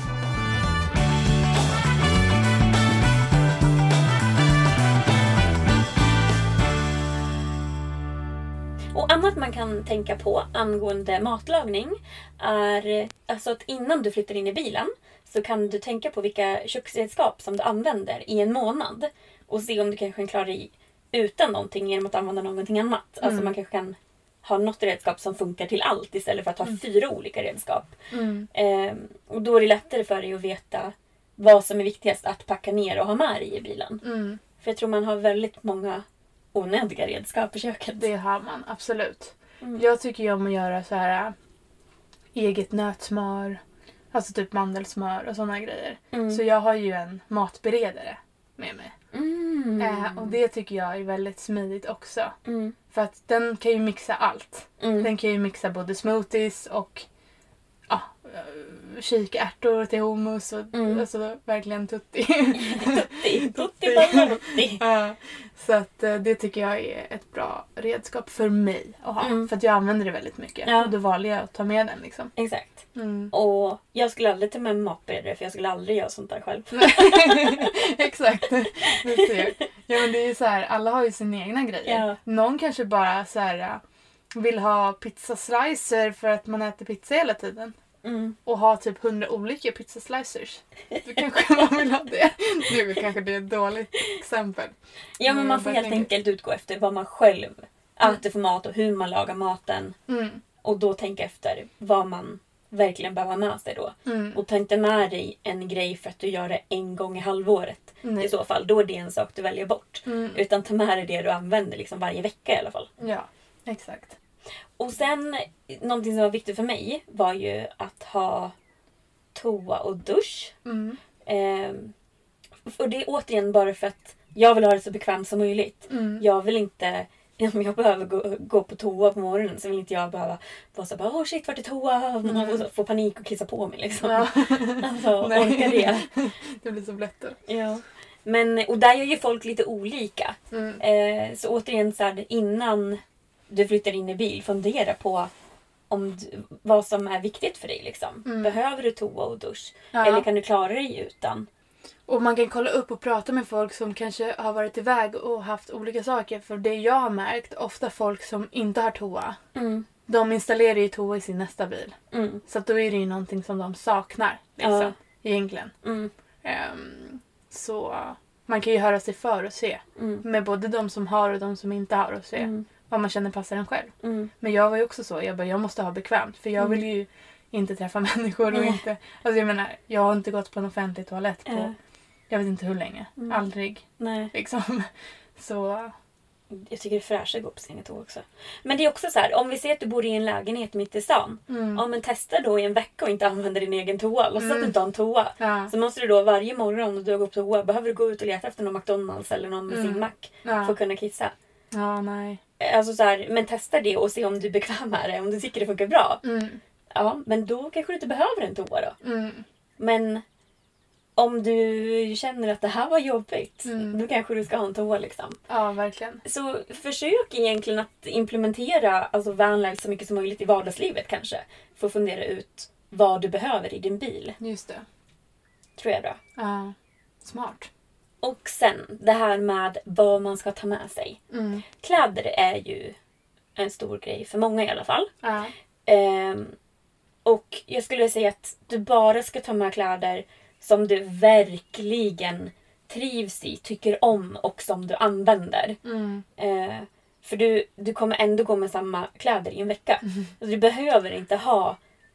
Och annat man kan tänka på angående matlagning är alltså att innan du flyttar in i bilen så kan du tänka på vilka köksredskap som du använder i en månad och se om du kanske kan klara dig utan någonting genom att använda någonting annat. Mm. Alltså man kanske kan ha något redskap som funkar till allt istället för att ha mm. fyra olika redskap. Mm. Eh, och då är det lättare för dig att veta vad som är viktigast att packa ner och ha med dig i bilen. Mm. För jag tror man har väldigt många onödiga redskap i köket. Det har man, absolut. Mm. Jag tycker ju om att göra så här äh, eget nötsmör, alltså typ mandelsmör och sådana grejer. Mm. Så jag har ju en matberedare med mig. Mm. Äh, och det tycker jag är väldigt smidigt också. Mm. För att den kan ju mixa allt. Mm. Den kan ju mixa både smoothies och ja, kikärtor till hummus och mm. alltså verkligen tutti. tutti, tutti, tutti. Ja, så att det tycker jag är ett bra redskap för mig att ha. Mm. För att jag använder det väldigt mycket. Ja. Och då valde jag att ta med den liksom. Exakt. Mm. Och jag skulle aldrig ta med en matberedare för jag skulle aldrig göra sånt där själv. Exakt. Du ser. Ja, men det är ju så här, alla har ju sina egna grejer. Ja. Någon kanske bara så här vill ha pizzaslicer för att man äter pizza hela tiden. Mm. Och ha typ hundra olika pizzaslicers. Du kanske man vill ha det. Nu kanske det är ett dåligt exempel. Ja, men man får helt enkelt utgå efter vad man själv äter för mat och hur man lagar maten. Mm. Och då tänka efter vad man verkligen behöver ha med sig då. Mm. Och ta inte med dig en grej för att du gör det en gång i halvåret. Mm. I så fall, då är det en sak du väljer bort. Mm. Utan ta med dig det du använder liksom varje vecka i alla fall. Ja, exakt. Och sen, någonting som var viktigt för mig var ju att ha toa och dusch. Mm. Eh, och det är återigen bara för att jag vill ha det så bekvämt som möjligt. Mm. Jag vill inte, om jag behöver gå, gå på toa på morgonen så vill inte jag behöva vara så bara, åh oh shit, vart är toa? Mm. Och få panik och kissa på mig liksom. Ja. Alltså, orkar det. Det blir så blött. Ja. Men, och där gör ju folk lite olika. Mm. Eh, så återigen så här, innan du flyttar in i bil, fundera på om du, vad som är viktigt för dig liksom. Mm. Behöver du toa och dusch? Ja. Eller kan du klara dig utan? Och man kan kolla upp och prata med folk som kanske har varit iväg och haft olika saker. För det jag har märkt, ofta folk som inte har toa. Mm. De installerar ju toa i sin nästa bil. Mm. Så att då är det ju någonting som de saknar. Liksom, ja. Egentligen. Mm. Um, så man kan ju höra sig för och se. Mm. Med både de som har och de som inte har och se. Mm. Vad man känner passar en själv. Mm. Men jag var ju också så. Jag bara, jag måste ha bekvämt. För jag vill ju inte träffa människor. Och inte, alltså jag menar, jag har inte gått på en offentlig toalett på äh. jag vet inte hur länge. Mm. Aldrig. Nej. Liksom. Så. Jag tycker det är fräscht att gå på sin toa också. Men det är också så här, om vi ser att du bor i en lägenhet mitt i stan. Mm. Ja, men testa då i en vecka och inte använda din egen toa. Låtsas mm. att du inte har en toa. Ja. Så måste du då varje morgon när du går på toa, behöver du gå ut och leta efter någon McDonalds eller någon bensinmack. Mm. Ja. För att kunna kissa. Ja, nej. Alltså så här, men testa det och se om du är bekväm med det. Om du tycker det funkar bra. Mm. Ja, men då kanske du inte behöver en toa då. Mm. Men om du känner att det här var jobbigt, mm. då kanske du ska ha en toa liksom. Ja, verkligen. Så försök egentligen att implementera alltså vanlife så mycket som möjligt i vardagslivet kanske. För att fundera ut vad du behöver i din bil. Just det. Tror jag är bra. Ja, smart. Och sen det här med vad man ska ta med sig. Mm. Kläder är ju en stor grej för många i alla fall. Ja. Ehm, och jag skulle säga att du bara ska ta med kläder som du verkligen trivs i, tycker om och som du använder. Mm. Ehm, För du, du kommer ändå gå med samma kläder i en vecka. Mm. Alltså, du behöver inte ha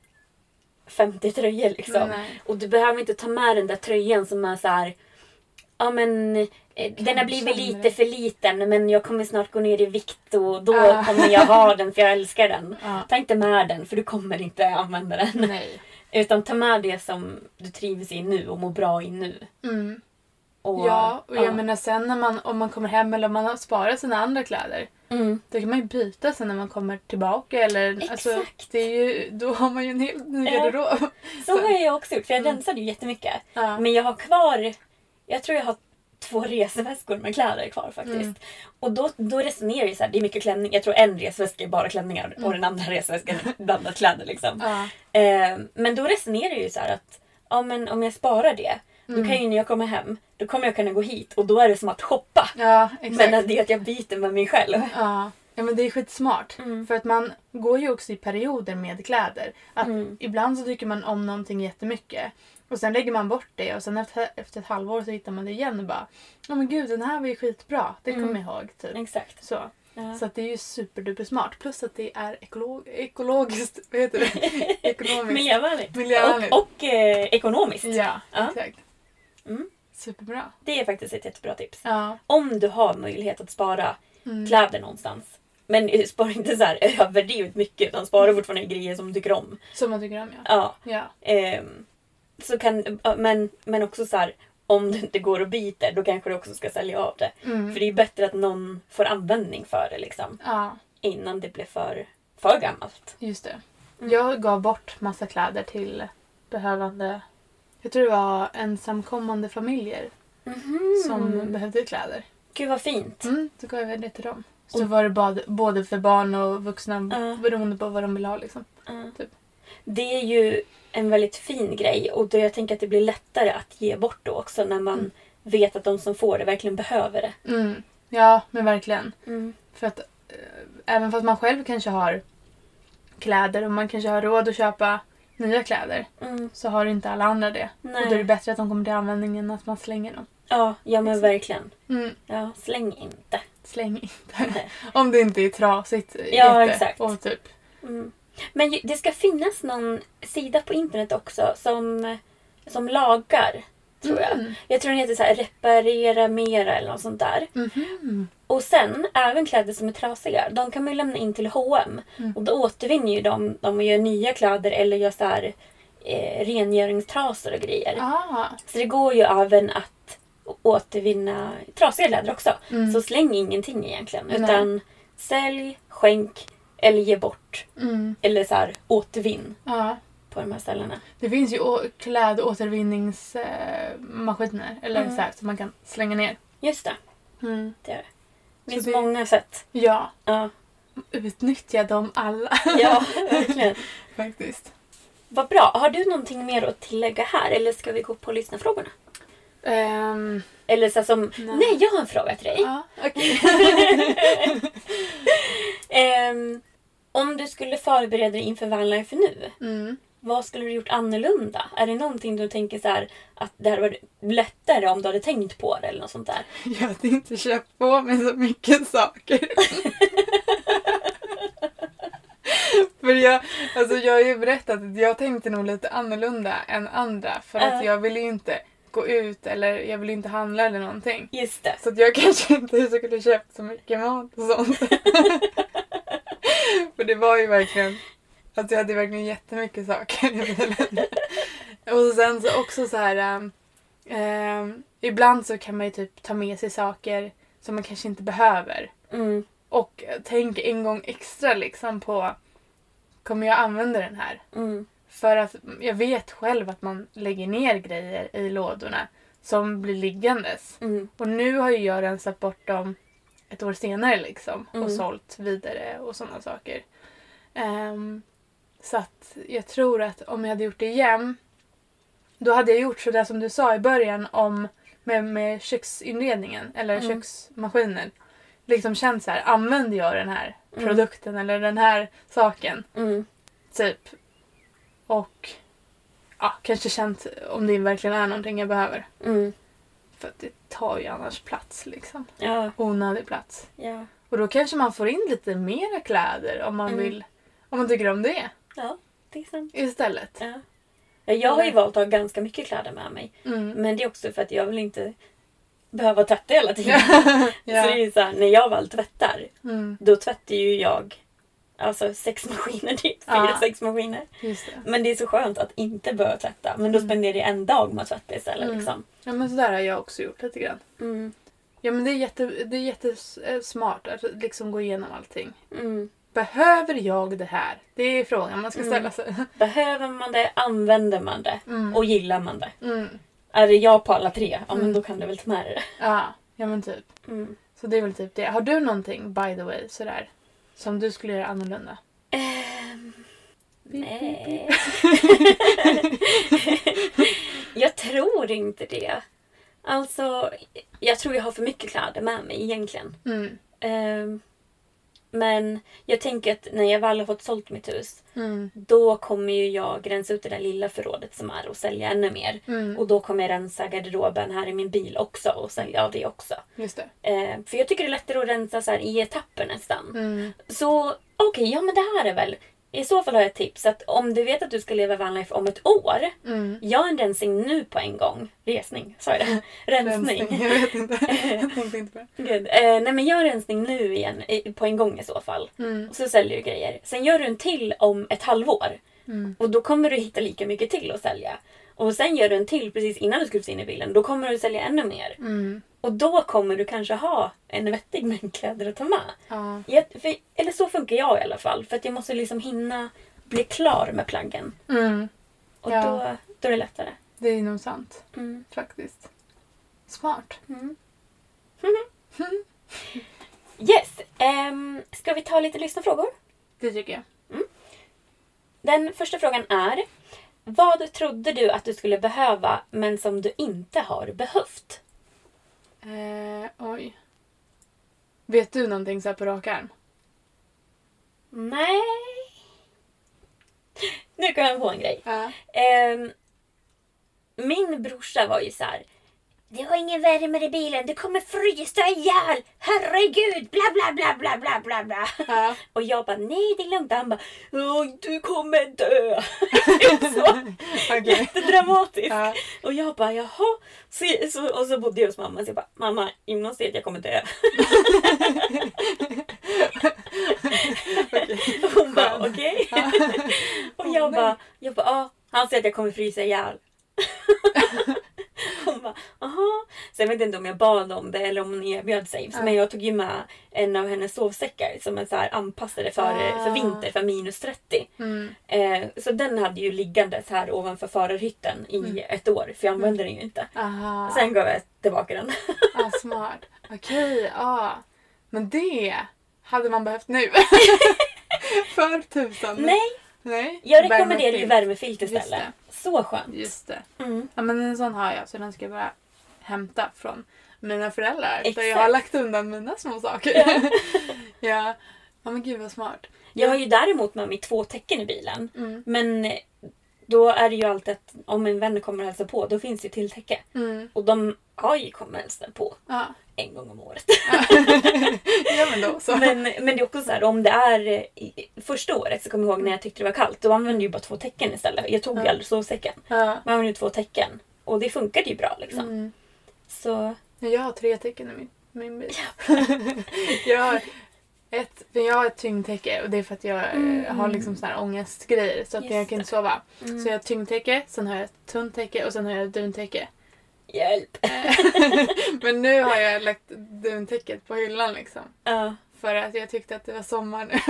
femtio tröjor liksom. Nej. Och du behöver inte ta med den där tröjan som är så här. Ja men eh, den har blivit lite för liten, men jag kommer snart gå ner i vikt och då ah. kommer jag ha den för jag älskar den. Ah. Ta inte med den för du kommer inte använda den. Nej. Utan ta med det som du trivs i nu och mår bra i nu. Mm. Och, ja, och jag ja. menar sen när man, om man kommer hem eller om man har sparat sina andra kläder. Mm. Då kan man ju byta sen när man kommer tillbaka. Eller, exakt. Alltså, det är ju, då har man ju en helt ny garderob. Ja. Så har jag också gjort, för jag mm. rensade ju jättemycket. Ja. Men jag har kvar, jag tror jag har två resväskor med kläder kvar faktiskt. Mm. Och då, då resonerar jag så här, det är mycket klänning. Jag tror en resväska är bara klänningar mm. och den andra resväskan är blandat kläder liksom. Ja. Eh, men då resonerar jag ju så här att ja, men om jag sparar det, mm. då kan ju när jag kommer hem, då kommer jag kunna gå hit och då är det som att shoppa. Ja, exakt. Men det är att jag byter med mig själv. Ja. Ja, men det är skitsmart. Mm. För att man går ju också i perioder med kläder. Att mm. ibland så tycker man om någonting jättemycket. Och sen lägger man bort det. Och sen efter, efter ett halvår så hittar man det igen och bara, ja men gud, den här var ju skitbra. Det kommer mm. jag ihåg. Typ. Exakt. Så. Ja. Så att det är ju superduper smart. Plus att det är ekolog- ekologiskt, vad heter det? Ekonomiskt. Miljövänligt. Miljövänligt. Och, och eh, ekonomiskt. Ja, ja. Exakt. Mm. Superbra. Det är faktiskt ett jättebra tips. Ja. Om du har möjlighet att spara mm. kläder någonstans. Men spara inte så här överdrivet mycket, utan spara fortfarande grejer som du tycker om. Som man tycker om, ja. Ja. ja. Ehm, så kan, men, men också så här, om det inte går att byta, då kanske du också ska sälja av det. Mm. För det är bättre att någon får användning för det liksom. Ja. Innan det blir för, för gammalt. Just det. Mm. Jag gav bort massa kläder till behövande, jag tror det var ensamkommande familjer mm. som behövde kläder. Gud vad fint. Mm, så gav jag det till dem. Så och var det både, både för barn och vuxna uh. beroende på vad de vill ha liksom. Uh. Typ. Det är ju en väldigt fin grej och då jag tänker att det blir lättare att ge bort då också när man mm. vet att de som får det verkligen behöver det. Mm. Ja, men verkligen. Mm. För att äh, även fast man själv kanske har kläder och man kanske har råd att köpa nya kläder mm. så har inte alla andra det. Nej. Och då är det bättre att de kommer till användning än att man slänger dem. Ja, ja men verkligen. Mm. Ja, släng inte. Släng inte. Om det inte är trasigt. Ja, jätte. Exakt. Och typ. Mm. Men det ska finnas någon sida på internet också som, som lagar, tror jag. Mm. Jag tror den heter så här, reparera mera eller något sånt där. Mm. Och sen, även kläder som är trasiga, de kan man ju lämna in till H och M. Mm. Och då återvinner ju de, de gör nya kläder eller gör så här, eh, rengöringstrasor och grejer. Ah. Så det går ju även att återvinna trasiga kläder också. Mm. Så släng ingenting egentligen. Nej. Utan sälj, skänk eller ge bort. Mm. Eller så här, återvinn. Ja. På de här ställena. Det finns ju å- klädåtervinningsmaskiner. Eh, eller mm. så här, som man kan slänga ner. Just det. Mm. Det är det. Det finns det... många sätt. Ja. ja. Utnyttja dem alla. Ja, verkligen. Faktiskt. Vad bra. Har du någonting mer att tillägga här? Eller ska vi gå på lyssnarfrågorna? Um, Eller så som, nej. nej jag har en fråga till dig. Ja, okej. um, om du skulle förbereda dig inför Vanlife nu, mm. vad skulle du gjort annorlunda? Är det någonting du tänker så här, att det hade varit lättare om du hade tänkt på det eller något sånt där? Jag hade inte köpt på mig så mycket saker. För jag, alltså jag har ju berättat att jag tänkte nog lite annorlunda än andra. För uh. att jag ville ju inte gå ut eller jag ville inte handla eller någonting. Just det. Så att jag kanske inte skulle köpt så mycket mat och sånt. För det var ju verkligen, alltså jag hade verkligen jättemycket saker i bilen. Och sen så också så här, um, um, ibland så kan man ju typ ta med sig saker som man kanske inte behöver. Mm. Och tänk en gång extra liksom på, kommer jag använda den här? Mm. För att jag vet själv att man lägger ner grejer i lådorna som blir liggandes. Mm. Och nu har ju jag rensat bort dem ett år senare liksom. Mm. Och sålt vidare och sådana saker. Um, så att jag tror att om jag hade gjort det igen, då hade jag gjort så där som du sa i början om med, med köksinredningen eller mm. köksmaskinen. Liksom känt så här, använder jag den här mm. produkten eller den här saken? Mm. Typ. Och ja, kanske känt om det verkligen är någonting jag behöver. Mm. För att det tar ju annars plats liksom. Ja. Onödig plats. Ja. Och då kanske man får in lite mera kläder om man Mm. vill. Om man tycker om det. Ja, det är sant. Istället. Ja. Jag har ju valt att ha ganska mycket kläder med mig. Mm. Men det är också för att jag vill inte behöva tvätta hela tiden. Ja. Så det är ju så här, när jag väl tvättar, Mm. då tvättar ju jag alltså sex maskiner typ. Fyra, Ja. sex maskiner. Just det. Men det är så skönt att inte behöva tvätta. Men då Mm. spenderar jag en dag med att tvätta istället. Mm. Liksom. Ja, men sådär har jag också gjort lite grann. Mm. Ja, men det är, jätte, det är jättesmart att liksom gå igenom allting. Mm. Behöver jag det här? Det är frågan man ska ställa sig. Behöver man det? Använder man det? Mm. Och gillar man det? Mm. Är det jag på alla tre? Ja, men Mm. då kan du väl ta med dig det. Ja, ja, men typ. Mm. Så det är väl typ det. Har du någonting, by the way, sådär, som du skulle göra annorlunda? Ehm, nej. Jag tror inte det. Alltså, jag tror jag har för mycket kläder med mig egentligen. Mm. Ehm, men jag tänker att när jag väl har fått sålt mitt hus, Mm. då kommer ju jag rensa ut det där lilla förrådet som är och sälja ännu mer. Mm. Och då kommer jag rensa garderoben här i min bil också och sälja av det också. Just det. Ehm, för jag tycker det är lättare att rensa så här i etapper nästan. Mm. Så okej, ja men det här är väl... I så fall har jag ett tips att om du vet att du ska leva vanlife om ett år, Mm. gör en rensning nu på en gång. Resning, sa jag det? Rensning. Rensning. Jag vet inte. Jag tänkte inte på det. Gud. Eh, nej men gör rensning nu igen, eh, på en gång i så fall. Mm. Och så säljer du grejer. Sen gör du en till om ett halvår. Mm. Och då kommer du hitta lika mycket till att sälja. Och sen gör du en till precis innan du skrivs in i bilen. Då kommer du sälja ännu mer. Mm. Och då kommer du kanske ha en vettig mängd kläder att ta med. Ja. Jag, för, eller så funkar jag i alla fall. För att jag måste liksom hinna bli klar med plaggen. Mm. Och Ja. då, då är det lättare. Det är nog sant. Mm. Faktiskt. Smart. Mm. Yes. Um, ska vi ta lite lyssnarfrågor? Det tycker jag. Den första frågan är: vad trodde du att du skulle behöva men som du inte har behövt? Eh, oj. Vet du någonting så här på rak arm? Nej. Nu kan jag på en grej. Ja. Ehm, min brorsa var ju så här: det har ingen värme i bilen, du kommer frysa ihjäl, herregud, bla bla bla bla bla bla bla. Ja. Och jag bara, nej det är lugnt. Han bara, oj du kommer dö. Så Okej. jättedramatiskt. Ja. Och jag bara, jaha. Så, så, och så bodde jag hos mamma, så jag bara, mamma, Jonas säger att jag kommer dö. Och hon bara, okej. Ja. Och jag bara, jag bara, ja, han säger att jag kommer frysa ihjäl. Hon bara, aha. Så jag vet inte om jag bad om det eller om hon erbjöd sig. Ja. Men jag tog ju med en av hennes sovsäckar som är så här anpassade för, Ah. för vinter, för minus trettio. Mm. Eh, så den hade ju liggandes här ovanför förarhytten i Mm. ett år. För jag använde den ju inte. Aha. Sen gav jag tillbaka den. Ah, smart. Okej, ja. Men det hade man behövt nu. För tusan. Nej, Nej. jag rekommenderar ju Värmefilt. värmefilt Just istället. det. Så skönt. Just det. Mm. Ja, men en sån har jag, så den ska jag bara hämta från mina föräldrar. Där Exakt. jag har lagt undan mina små saker. Ja. ja. Ja, men gud vad smart. Jag har ju däremot med mig två tecken i bilen. Mm. Men då är det ju alltid att om en vän kommer och hälsa på, då finns det till täcke. Mm. Och de har ju kommit och hälsat på Ja. en gång om året. Ja, men då så. men, men det är också så här, om det är i, första året så kommer jag ihåg när jag tyckte det var kallt. Då använde jag ju bara två tecken istället. Jag tog ju Ja. aldrig sovsäcken. Ja. Men jag använde ju två tecken. Och det funkade ju bra liksom. Mm. Så Jag har tre tecken i min, min bil. jag har ett, men jag har ett tyngdtäcke och det är för att jag mm. har liksom sån här ångestgrejer så att Just jag kan det. inte sova. Mm. Så jag har ett tyngdtäcke, sen har jag ett tunt täcke och sen har jag ett duntäcke. hjälp. Men nu har jag lagt duntäcket på hyllan liksom. Ja. För att jag tyckte att det var sommar nu.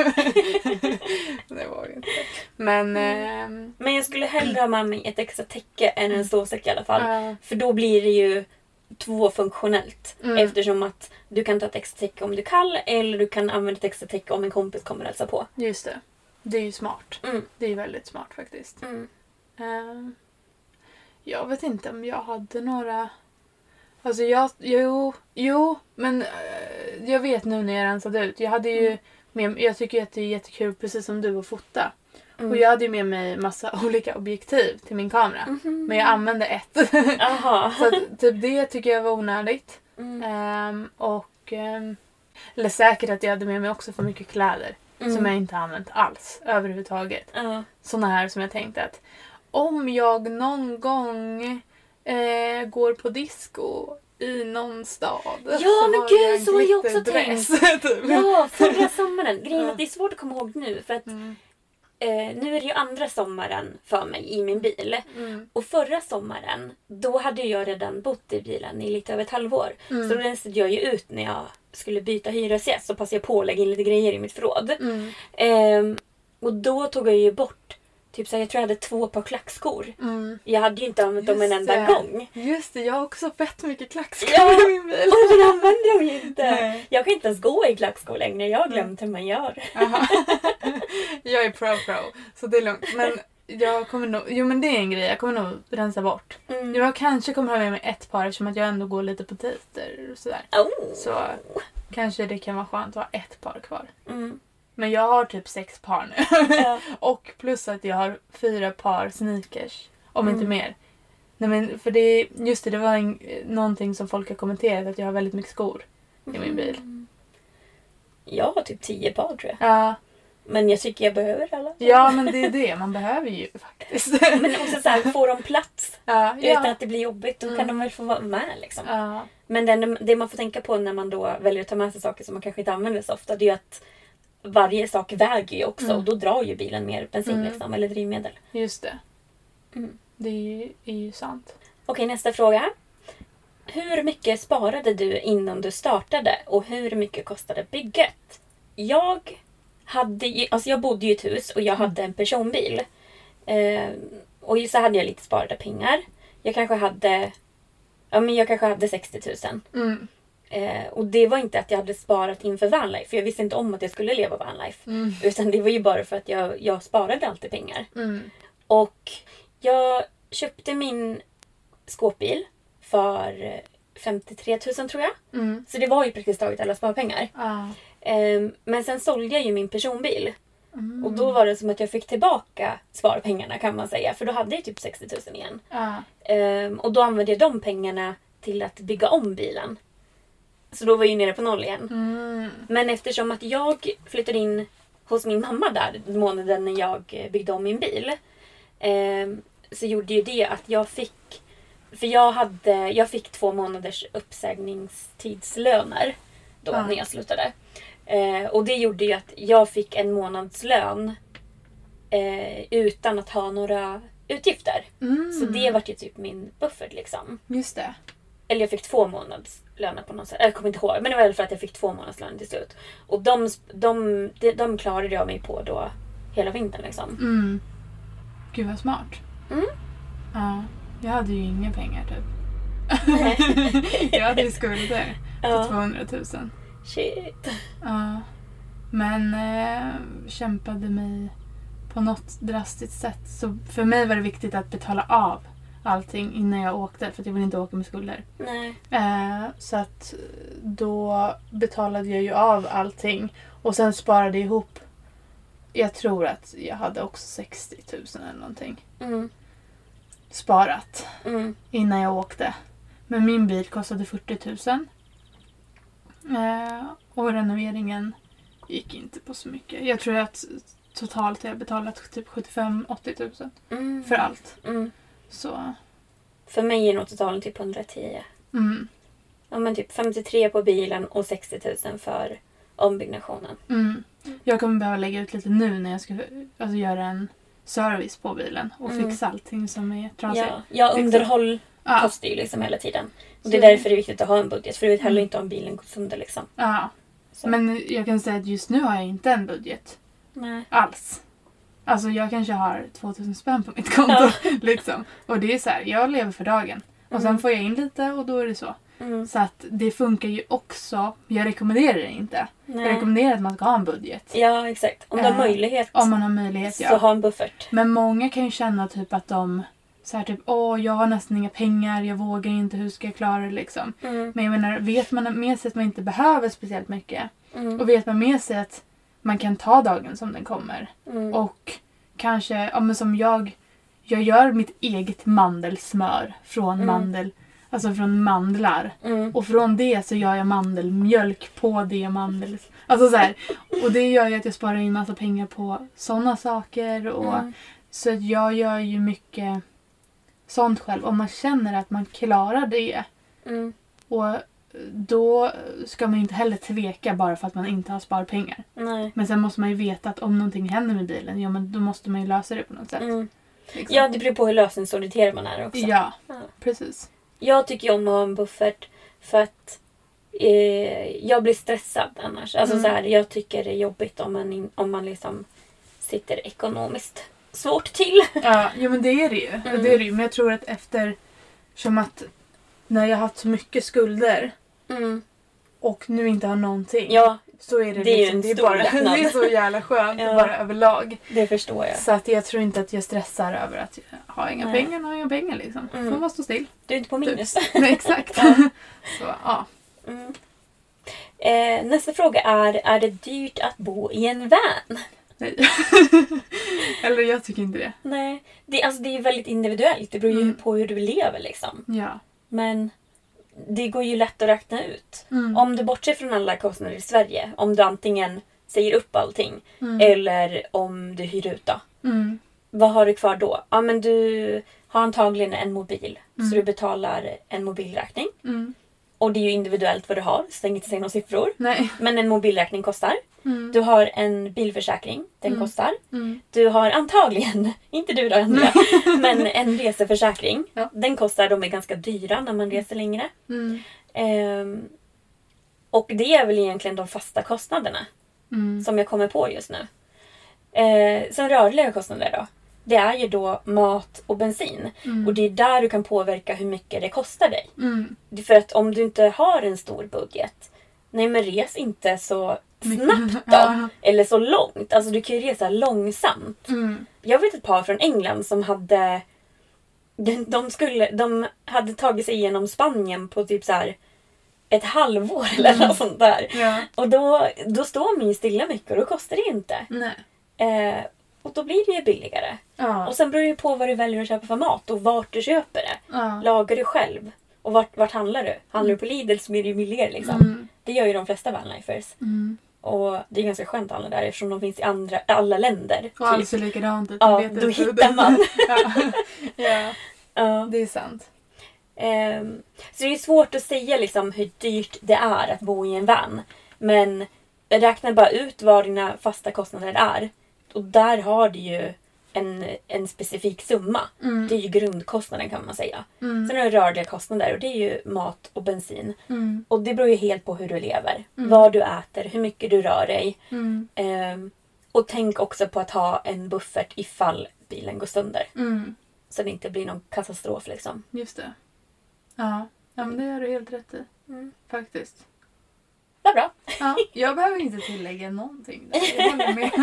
Det var ju inte. Men... ehm, Men jag skulle hellre ha med mig ett extra täcke än en sovsäck i alla fall. Ja. För då blir det ju tvåfunktionellt. Mm. Eftersom att du kan ta ett extra täcke om du är kall. Eller du kan använda ett extra täcke om en kompis kommer och hälsa på. Just det. Det är ju smart. Mm. Det är ju väldigt smart faktiskt. Mm. Ehm, jag vet inte om jag hade några... Alltså jag... Jo, jo men eh, jag vet nu när jag rensade ut. Jag hade ju... Med, jag tycker att det är jättekul, precis som du, att fota. Mm. Och jag hade ju med mig massa olika objektiv till min kamera. Mhm. Men jag använde ett. Aha. Så att, typ det tycker jag var onödigt. Mm. Ehm, och... ehm, Eller säkert att jag hade med mig också för mycket kläder. Mm. Som jag inte använt alls. Överhuvudtaget. Uh. Såna här som jag tänkte att om jag någon gång eh, går på disco i någon stad. Ja, men gud, så har jag också tänkt. Typ. Ja, förra sommaren. Grejen att det är svårt att komma ihåg nu. För att mm. eh, nu är det ju andra sommaren för mig i min bil. Mm. Och förra sommaren, då hade jag redan bott i bilen i lite över ett halvår. Mm. Så då rensade jag ju ut när jag skulle byta hyresgäst. Så passade jag på att lägga in lite grejer i mitt förråd. Mm. Eh, och då tog jag ju bort, typ så här, jag tror jag hade två par klackskor. Mm. Jag hade ju inte använt dem en enda det. gång. Just det, jag har också fett mycket klackskor Ja, i min bil. och det använder jag ju inte. Nej. Jag kan inte ens gå i klackskor längre. Jag har glömt hur man gör. Jag är pro-pro, så det är lugnt. Men jag kommer nog, jo men det är en grej, jag kommer nog rensa bort. Mm. Jag kanske kommer ha med mig ett par eftersom att jag ändå går lite på dejter och sådär. Oh. Så kanske det kan vara skönt att ha ett par kvar. Mm. Men jag har typ sex par nu. Ja. Och plus att jag har fyra par sneakers. Om Mm. inte mer. Nej men för det, just det, det var en, någonting som folk har kommenterat. Att jag har väldigt mycket skor i min bil. Mm. Jag har typ tio par tror jag. Ja, Men jag tycker jag behöver alla. ja men det är det. Man behöver ju faktiskt. Men också så här, får de plats Ja, utan ja. att det blir jobbigt, då Mm. kan de väl få vara med liksom. Ja. Men det, det man får tänka på när man då väljer att ta med sig saker som man kanske inte använder så ofta, det är ju att varje sak väger ju också. Mm. Och då drar ju bilen mer bensin Mm. liksom, eller drivmedel. Just det. Mm. Det är ju, är ju sant. Okej, nästa fråga. Hur mycket sparade du innan du startade och hur mycket kostade bygget? Jag hade ju, alltså jag bodde i ett hus och jag hade en personbil. Eh, och så hade jag lite sparade pengar. Jag kanske hade, ja men jag kanske hade sextio tusen. Mm. Eh, och det var inte att jag hade sparat inför vanlife. För jag visste inte om att jag skulle leva vanlife. Mm. Utan det var ju bara för att jag, jag sparade alltid pengar. Mm. Och jag köpte min skåpbil för femtiotre tusen tror jag. Mm. Så det var ju praktiskt taget alla sparpengar. Ah. Eh, men sen sålde jag ju min personbil. Mm. Och då var det som att jag fick tillbaka sparpengarna kan man säga. För då hade jag typ sextio tusen igen. Ah. Eh, och då använde jag de pengarna till att bygga om bilen. Så då var jag ju nere på noll igen. Mm. Men eftersom att jag flyttade in hos min mamma där månaden när jag byggde om min bil. Eh, så gjorde ju det att jag fick... För jag, hade, jag fick två månaders uppsägningstidslöner då Ah. när jag slutade. Eh, och det gjorde ju att jag fick en månadslön eh, utan att ha några utgifter. Mm. Så det var ju typ min buffert liksom. Just det. Eller jag fick två månadslöner på något sätt. Jag kommer inte ihåg. Men det var i alla fall att jag fick två månadslöner till slut. Och de, de, de, de klarade jag mig på då hela vintern liksom. Mm. Gud vad smart. Mm. Ja. Jag hade ju inga pengar typ. Nej. Jag hade ju skulder på Ja. tvåhundratusen. Shit. Ja. Men eh, kämpade mig på något drastiskt sätt. Så för mig var det viktigt att betala av allting innan jag åkte. För att jag ville inte åka med skulder. Nej. Eh, så att då betalade jag ju av allting. Och sen sparade jag ihop. Jag tror att jag hade också sextio tusen eller någonting. Mm. Sparat. Mm. Innan jag åkte. Men min bil kostade fyrtio tusen. Eh, och renoveringen gick inte på så mycket. Jag tror att totalt har jag betalat typ sjuttiofem till åttio tusen. Mm. För allt. Mm. Så. För mig är nog totalen typ hundratio. Mm. Ja men typ femtiotre på bilen och sextio tusen för ombyggnationen. Mm. Jag kommer behöva lägga ut lite nu när jag ska alltså, göra en service på bilen. Och Mm. fixa allting som är trasigt. Ja, ja underhåll Ja. kostar ju liksom hela tiden. Och Så- det är därför det är viktigt att ha en budget. För du vet heller Mm. inte om bilen går sönder liksom. Ja. Så. Men jag kan säga att just nu har jag inte en budget. Nej. Alls. Alltså jag kanske har tvåtusen spänn på mitt konto. Ja. Liksom. Och det är så här, jag lever för dagen. Och sen Mm. får jag in lite och då är det så. Mm. Så att det funkar ju också. Jag rekommenderar det inte. Nej. Jag rekommenderar att man ska ha en budget. Ja, exakt. Om du har Eh, möjlighet Om man har möjlighet, så ja. ha en buffert. Men många kan ju känna typ att de så här typ, åh jag har nästan inga pengar, jag vågar inte, hur ska jag klara det liksom. Mm. Men jag menar, vet man med sig att man inte behöver speciellt mycket. Mm. Och vet man med sig att man kan ta dagen som den kommer. Mm. Och kanske, ja men som jag, jag gör mitt eget mandelsmör från Mm. mandel, Alltså från mandlar. Mm. Och från det så gör jag mandelmjölk på det mandel. Alltså så här. Och det gör ju att jag sparar in massa pengar på sådana saker. Och Mm. så att jag gör ju mycket sånt själv. Om man känner att man klarar det. Mm. Och då ska man inte heller tveka bara för att man inte har sparpengar. Nej. Men sen måste man ju veta att om någonting händer med bilen, ja men då måste man ju lösa det på något sätt. Mm. Liksom. Ja, det beror på hur lösningsorienterad man är också. Ja, Ja. precis. Jag tycker ju om att ha en buffert för att eh, jag blir stressad annars. Alltså Mm. så här, jag tycker det är jobbigt om man, in, om man liksom sitter ekonomiskt svårt till. Ja, jo, men det är det ju. Mm. Det är det ju. Men jag tror att efter, som att när jag har haft så mycket skulder Mm. och nu inte har någonting. Ja, Så är det, det är ju liksom, en det är stor bara, lättnad. det är så jävla skönt Ja. bara överlag. det förstår jag. Så att jag tror inte att jag stressar över att jag har inga Nej. pengar, har inga pengar liksom. Mm. Får man stå still. Du är inte på minus. Nej, exakt. Ja. Så, ja. Mm. Eh, nästa fråga är, är det dyrt att bo i en van? Nej. Eller jag tycker inte det. Nej, det, alltså, det är väldigt individuellt. Det beror ju Mm. på hur du lever liksom. Ja. Men det går ju lätt att räkna ut. Mm. Om du bortser från alla kostnader i Sverige, om du antingen säger upp allting Mm. eller om du hyr ut då. Mm. Vad har du kvar då? Ja, men du har antagligen en mobil. Mm. Så du betalar en mobilräkning. Mm. Och det är ju individuellt vad du har, så jag tänker inte säga några siffror. Nej. Men en mobilräkning kostar. Mm. Du har en bilförsäkring, den Mm. kostar. Mm. Du har antagligen, inte du då Andrea, men en reseförsäkring. Ja. Den kostar, de är ganska dyra när man reser längre. Mm. Ehm, och det är väl egentligen de fasta kostnaderna Mm. som jag kommer på just nu. Ehm, sen rörliga kostnader då. Det är ju då mat och bensin. Mm. Och det är där du kan påverka hur mycket det kostar dig. Mm. För att om du inte har en stor budget, nej men res inte så snabbt då. Ja. Eller så långt. Alltså du kan ju resa långsamt. Mm. Jag vet ett par från England som hade de, de, skulle, de hade tagit sig igenom Spanien på typ så här ett halvår eller något sånt där. Ja. Och då, då står man ju stilla mycket och då kostar det inte. Nej. Eh, och då blir det ju billigare. Ja. Och sen beror det ju på vad du väljer att köpa för mat och vart du köper det. Ja. Lagar du själv? Och vart, vart handlar du? Handlar du på Lidl så blir det ju billigare liksom. Mm. Det gör ju de flesta vanlifers. Mm. Och det är ganska skönt att handla där eftersom de finns i andra, alla länder. Och allt ser likadant ut. Ja, man vet då inte. hittar man. ja. ja, Ja. det är sant. Ehm, så det är svårt att säga liksom hur dyrt det är att bo i en van. Men räkna bara ut vad dina fasta kostnader är. Och där har du ju en, en specifik summa. Mm. Det är ju grundkostnaden kan man säga. Mm. Sen har du rörliga kostnader och det är ju mat och bensin. Mm. Och det beror ju helt på hur du lever. Mm. Vad du äter, hur mycket du rör dig. Mm. Ehm, och tänk också på att ha en buffert ifall bilen går sönder. Mm. Så det inte blir någon katastrof liksom. Just det. Ja. ja, men det har du helt rätt i. Mm. Faktiskt. Vad bra. Ja, jag behöver inte tillägga någonting där. Jag håller med.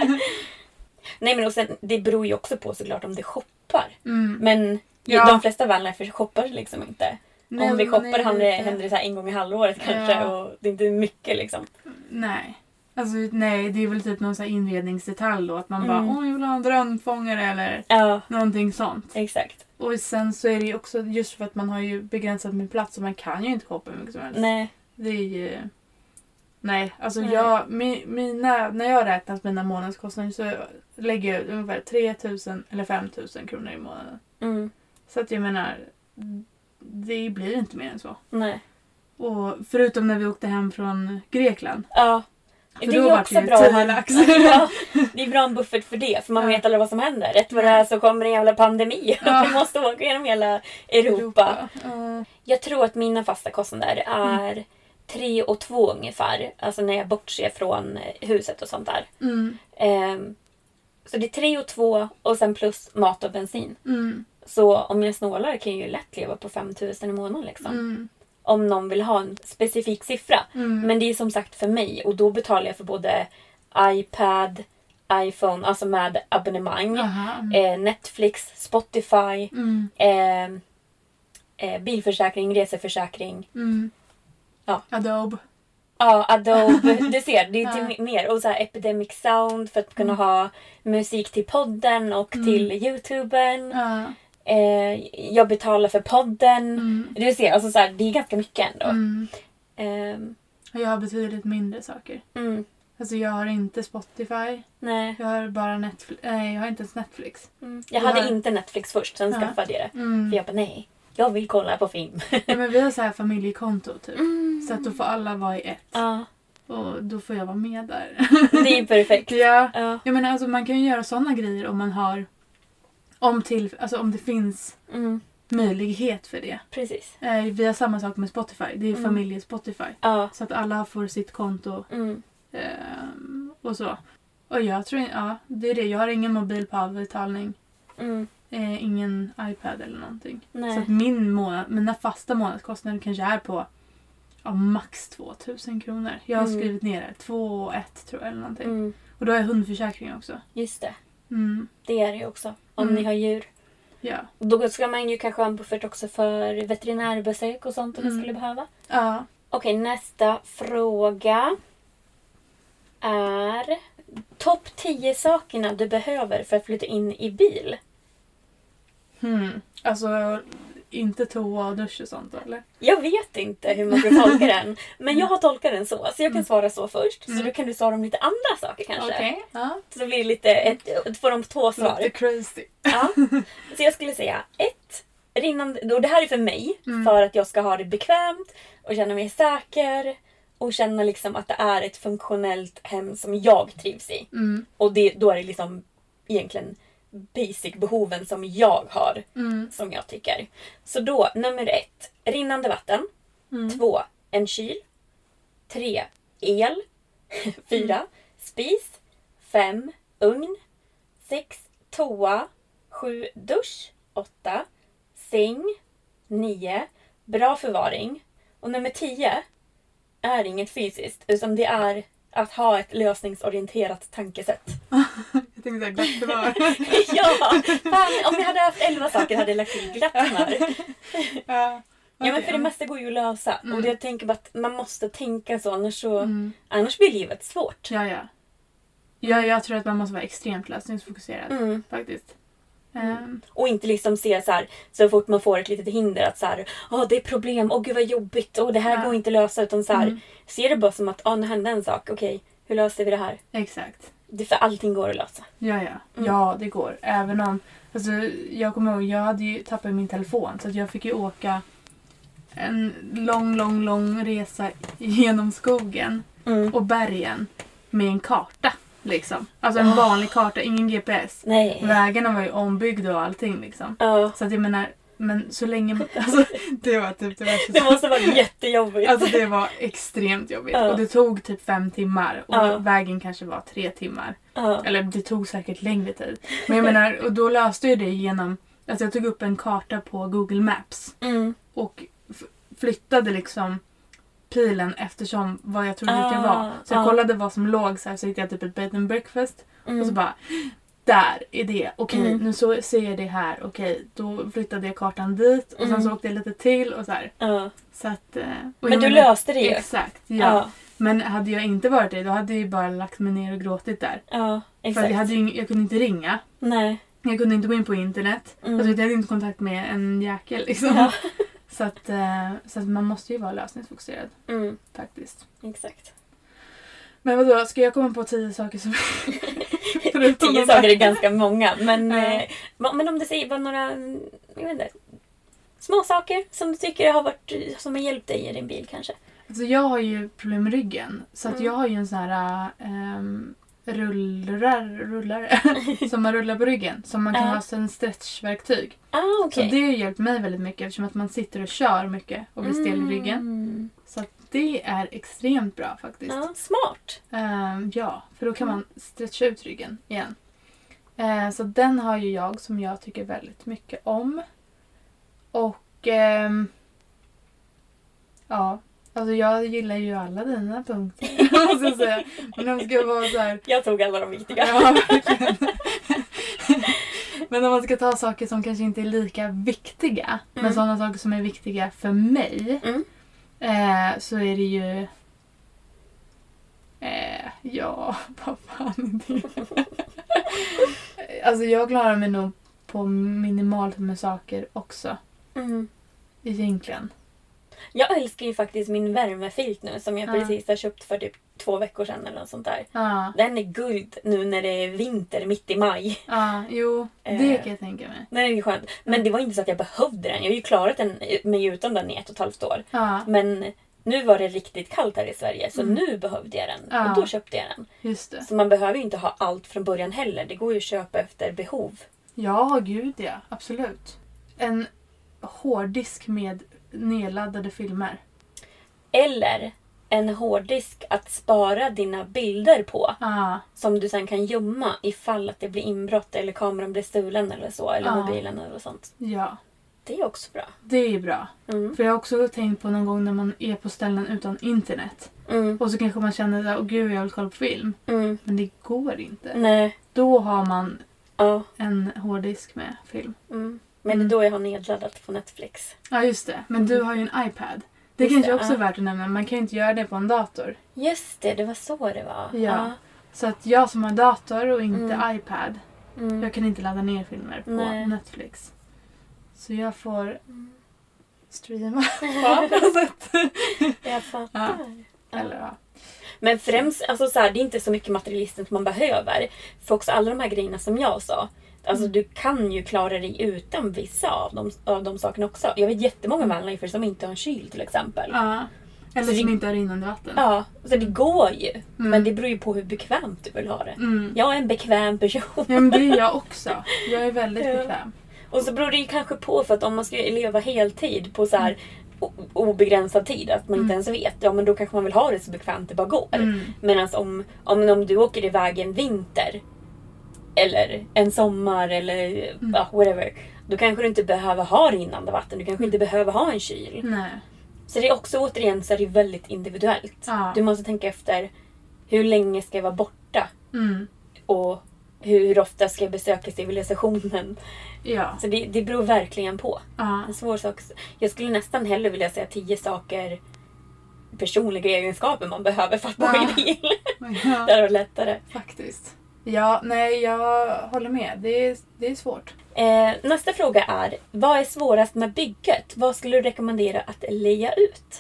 Nej men och sen, det beror ju också på såklart om du shoppar. Mm. Men Ja. de flesta vanlifers shoppar liksom inte. Nej, om vi men shoppar nej, händer, lite. händer det så här en gång i halvåret kanske. Ja. Och det är inte mycket liksom. Nej. Alltså nej, det är väl typ någon sån här inredningsdetalj då. Att man Mm. bara, åh jag vill ha en drömfångare eller Ja, någonting sånt. exakt. Och sen så är det ju också just för att man har ju begränsat med plats och man kan ju inte shoppa hur mycket som helst. Nej. Det är ju... Nej, alltså Nej. jag... Mi, mina, när jag har räknat mina månadskostnader så lägger jag ungefär tre tusen eller fem tusen kronor i månaden. Mm. Så att jag menar, det blir inte mer än så. Nej. Och förutom när vi åkte hem från Grekland. Ja. För Det då är ju var också det ju bra. tio Man, lax. ja, det är bra en buffert för det. För man Ja. vet aldrig vad som händer. Rätt vad det är så kommer en jävla pandemi. Ja. Vi måste åka genom hela Europa. Ja. Jag tror att mina fasta kostnader är tre och två ungefär. Alltså när jag bortser från huset och sånt där. Mm. Ehm, så det är tre och två och sen plus mat och bensin. Mm. Så om jag snålar kan jag ju lätt leva på fem tusen i månaden liksom. Mm. Om någon vill ha en specifik siffra. Mm. Men det är som sagt för mig. Och då betalar jag för både iPad, iPhone, alltså med abonnemang. Aha. Eh, Netflix, Spotify, Mm. eh, eh, bilförsäkring, reseförsäkring. Mm. Ja. Adobe. Ja, Adobe. Du ser, det är till Ja. mer. Och så här Epidemic Sound för att kunna ha musik till podden och Mm. till YouTuben. Ja. Eh, jag betalar för podden. Mm. Du ser, alltså så här, det är ganska mycket ändå. Mm. Um, Och jag har betydligt mindre saker. mm. Alltså jag har inte Spotify. Nej. Jag har bara Netflix. Nej, jag har inte ens Netflix. Mm. Jag Du hade har... inte Netflix först, sen Ja. skaffade jag det. Mm. För jag bara, nej, jag vill kolla på film. Ja, men vi har så här familjekonto typ. Mm. Så att då får alla vara i ett. Ja, Och då får jag vara med där. det är perfekt. Ja. Ja. Jag menar, alltså, man kan ju göra sådana grejer om man har... Om, till, alltså, om det finns Mm. möjlighet för det. Precis. Eh, vi har samma sak med Spotify. Det är Mm. familje-Spotify. Ja. Så att alla får sitt konto Mm. eh, och så. Och jag tror ja, det är det. Jag har ingen mobil på avbetalning. Mm. Eh, ingen iPad eller någonting. Nej. Så att min månad, mina fasta månadskostnader kanske är på ja, max tvåtusen kronor. Jag har Mm. skrivit ner det. Två och ett tror jag eller någonting. Mm. Och då är hundförsäkring också. Just det. Mm. Det är det ju också. Om Mm. ni har djur. Ja. Då ska man ju kanske ha en buffert också för veterinärbesök och sånt om Mm. man skulle behöva. Ja. Okej, nästa fråga är topp tio sakerna du behöver för att flytta in i bil. Hmm. Alltså inte toa och dusch och sånt då, eller? Jag vet inte hur man ska tolka den. Men jag har tolkat den så. Så jag kan svara så först. Mm. Så då kan du svara om lite andra saker kanske. Okej. Ja. Så det blir lite ett, får de två svar. Lite crazy. Ja. Så jag skulle säga ett. Rinnande, och det här är för mig. Mm. För att jag ska ha det bekvämt. Och känna mig säker. Och känna liksom att det är ett funktionellt hem som jag trivs i. Mm. Och det, då är det liksom egentligen basic-behoven som jag har. Mm. Som jag tycker. Så då, nummer ett. Rinnande vatten. Mm. Två. En kyl. Tre. El. Fyra. Spis. Fem. Ugn. Sex. Toa. Sju. Dusch. Åtta. Säng. Nio. Bra förvaring. Och nummer tio är inget fysiskt. Utan det är att ha ett lösningsorienterat tankesätt. Jag tänkte såhär glatt humör. Ja! Fan, om jag hade haft elva saker hade jag lagt till glatt humör. Ja. Ja, men för det mesta går ju att lösa. Mm. Och jag tänker bara att man måste tänka så. Annars, så, Mm. annars blir livet svårt. Ja, ja. Ja, jag tror att man måste vara extremt lösningsfokuserad. Mm. Faktiskt. Mm. Um, Och inte liksom se så här, så fort man får ett litet hinder att så här, åh det är problem, åh gud vad jobbigt, åh det här Ja. går inte att lösa. Utan så här, Mm. se det bara som att, åh nu hände en sak, okej, hur löser vi det här? exakt. Det, för allting går att lösa. Ja, ja. Mm. Ja, det går. Även om... Alltså, jag kommer ihåg, jag hade ju tappat min telefon. Så att jag fick ju åka en lång, lång, lång resa genom skogen Mm. och bergen med en karta. Liksom. Alltså en vanlig karta, ingen G P S. Nej. Vägarna var ju ombyggda och allting liksom. Ja. Så att jag menar, men så länge... Alltså, det var typ det värsta. Det måste vara jättejobbigt. Alltså det var extremt jobbigt. Ja. Och det tog typ fem timmar. Och Ja. vägen kanske var tre timmar. Ja. Eller det tog säkert längre tid. Men jag menar, och då löste jag det genom... Alltså jag tog upp en karta på Google Maps. Mm. Och f- flyttade liksom pilen eftersom vad jag trodde det Ah, var. Så jag ah. kollade vad som låg så här. Så hittade jag typ ett bed and breakfast. Mm. Och så bara... Där är det. Okej, Mm. nu så ser jag det här. Okej, då flyttade jag kartan dit. Och sen Mm. så åkte jag lite till och så här. Ja. Så att, eh, och Men jag du menar- löste det ju. Exakt, ja. Ja. Men hade jag inte varit det, då hade jag ju bara lagt mig ner och gråtit där. Ja, För exakt. jag, hade ju, ing- jag kunde inte ringa. Nej. Jag kunde inte gå in på internet. Mm. Alltså, jag hade inte kontakt med en jäkel liksom. Ja. Så, att, eh, så att man måste ju vara lösningsfokuserad Mm. faktiskt. Exakt. Men vadå, ska jag komma på tio saker som... Förutom Tio de där? saker är ganska många. Men, Ja. eh, va- men om du säger bara några jag vet inte, små saker som du tycker har varit, som har hjälpt dig i din bil kanske. Alltså, jag har ju problem med ryggen. Så att Mm. jag har ju en sån här... Um, rullar, rullare som man rullar på ryggen. Som man kan Ja. ha som en stretchverktyg. Ah, Så okej. det har hjälpt mig väldigt mycket eftersom att man sitter och kör mycket och blir stel i ryggen. Mm. Så att det är extremt bra faktiskt. Ja, smart. Ehm, ja, för då kan man stretcha ut ryggen igen. Ehm, så den har ju jag som jag tycker väldigt mycket om. Och ehm, ja, alltså jag gillar ju alla dina punkter. Måste jag säga. Men de ska vara så här. Jag tog alla de viktiga. Ja, verkligen. Men om man ska ta saker som kanske inte är lika viktiga. Men Mm. sådana saker som är viktiga för mig. Mm. Eh, så är det ju... Eh, ja, vad fan är det? Alltså jag klarar mig nog på minimalt med saker också. Mm. Egentligen. Jag älskar ju faktiskt min värmefilt nu som jag Ja. precis har köpt för typ två veckor sedan eller något sånt där. Ja. Den är guld nu när det är vinter mitt i maj. Ja, jo. Det kan jag tänka mig. Den är ju skönt. Men det var inte så att jag behövde den. Jag har ju klarat den, mig utan den i ett och ett halvt år. Ja, Men nu var det riktigt kallt här i Sverige. Så Mm. nu behövde jag den. Ja. Och då köpte jag den. just det. Så man behöver ju inte ha allt från början heller. Det går ju att köpa efter behov. Ja, gud ja. Absolut. En hårddisk med nedladdade filmer. Eller en hårddisk att spara dina bilder på. Ja, Som du sen kan gömma ifall att det blir inbrott eller kameran blir stulen eller så. Eller Ja. mobilen eller sånt. ja. Det är också bra. Det är bra. Mm. För jag har också tänkt på någon gång när man är på ställen utan internet. Mm. Och så kanske man känner att åh gud, jag vill kolla på film. Mm. Men det går inte. Nej. Då har man Ja. en hårddisk med film. Mm. Men Mm. det är då jag har nedladdat på Netflix. Ja, just det. Men du har ju en iPad. Det Just kanske det, också ja. är värt att nämna. Man kan ju inte göra det på en dator. Just det, det var så det var. Ja. Så att jag som har dator och inte Mm. iPad. Mm. Jag kan inte ladda ner filmer på Nej. Netflix. Så jag får streama på andra sätt. Jag fattar. Ja. Eller ja. Men främst, alltså så här, det är inte så mycket materialistiskt man behöver. För också alla de här grejerna som jag sa. Alltså Mm. du kan ju klara dig utan vissa av de, av de sakerna också. Jag vet jättemånga vanlifers som inte har en kyl till exempel. Ja, Ja. Eller Så som det- inte har rinnande vatten. så det går ju. Men det beror ju på hur bekvämt du vill ha det. Mm. Jag är en bekväm person. Ja, men det är jag också. Jag är väldigt Ja. bekväm. Och så beror det ju kanske på för att om man ska leva heltid på så här o- obegränsad tid, att man inte ens vet, ja men då kanske man vill ha det så bekvämt det bara går. Mm. Medan om, om, om du åker iväg en vinter eller en sommar eller ja, whatever, då kanske du inte behöver ha rinnande vatten, du kanske inte behöver ha en kyl. Nej. Så det är också återigen så är det väldigt individuellt. Ja. Du måste tänka efter hur länge ska jag vara borta Mm. och hur ofta ska jag besöka civilisationen. Ja. Så det, det beror verkligen på. Ja. En svår sak. Jag skulle nästan hellre vilja säga tio saker, personliga egenskaper man behöver för att bo Ja. i bil. Ja. Det är lättare. Faktiskt. Ja, nej, jag håller med. Det är, det är svårt. Eh, nästa fråga är, vad är svårast med bygget? Vad skulle du rekommendera att leja ut?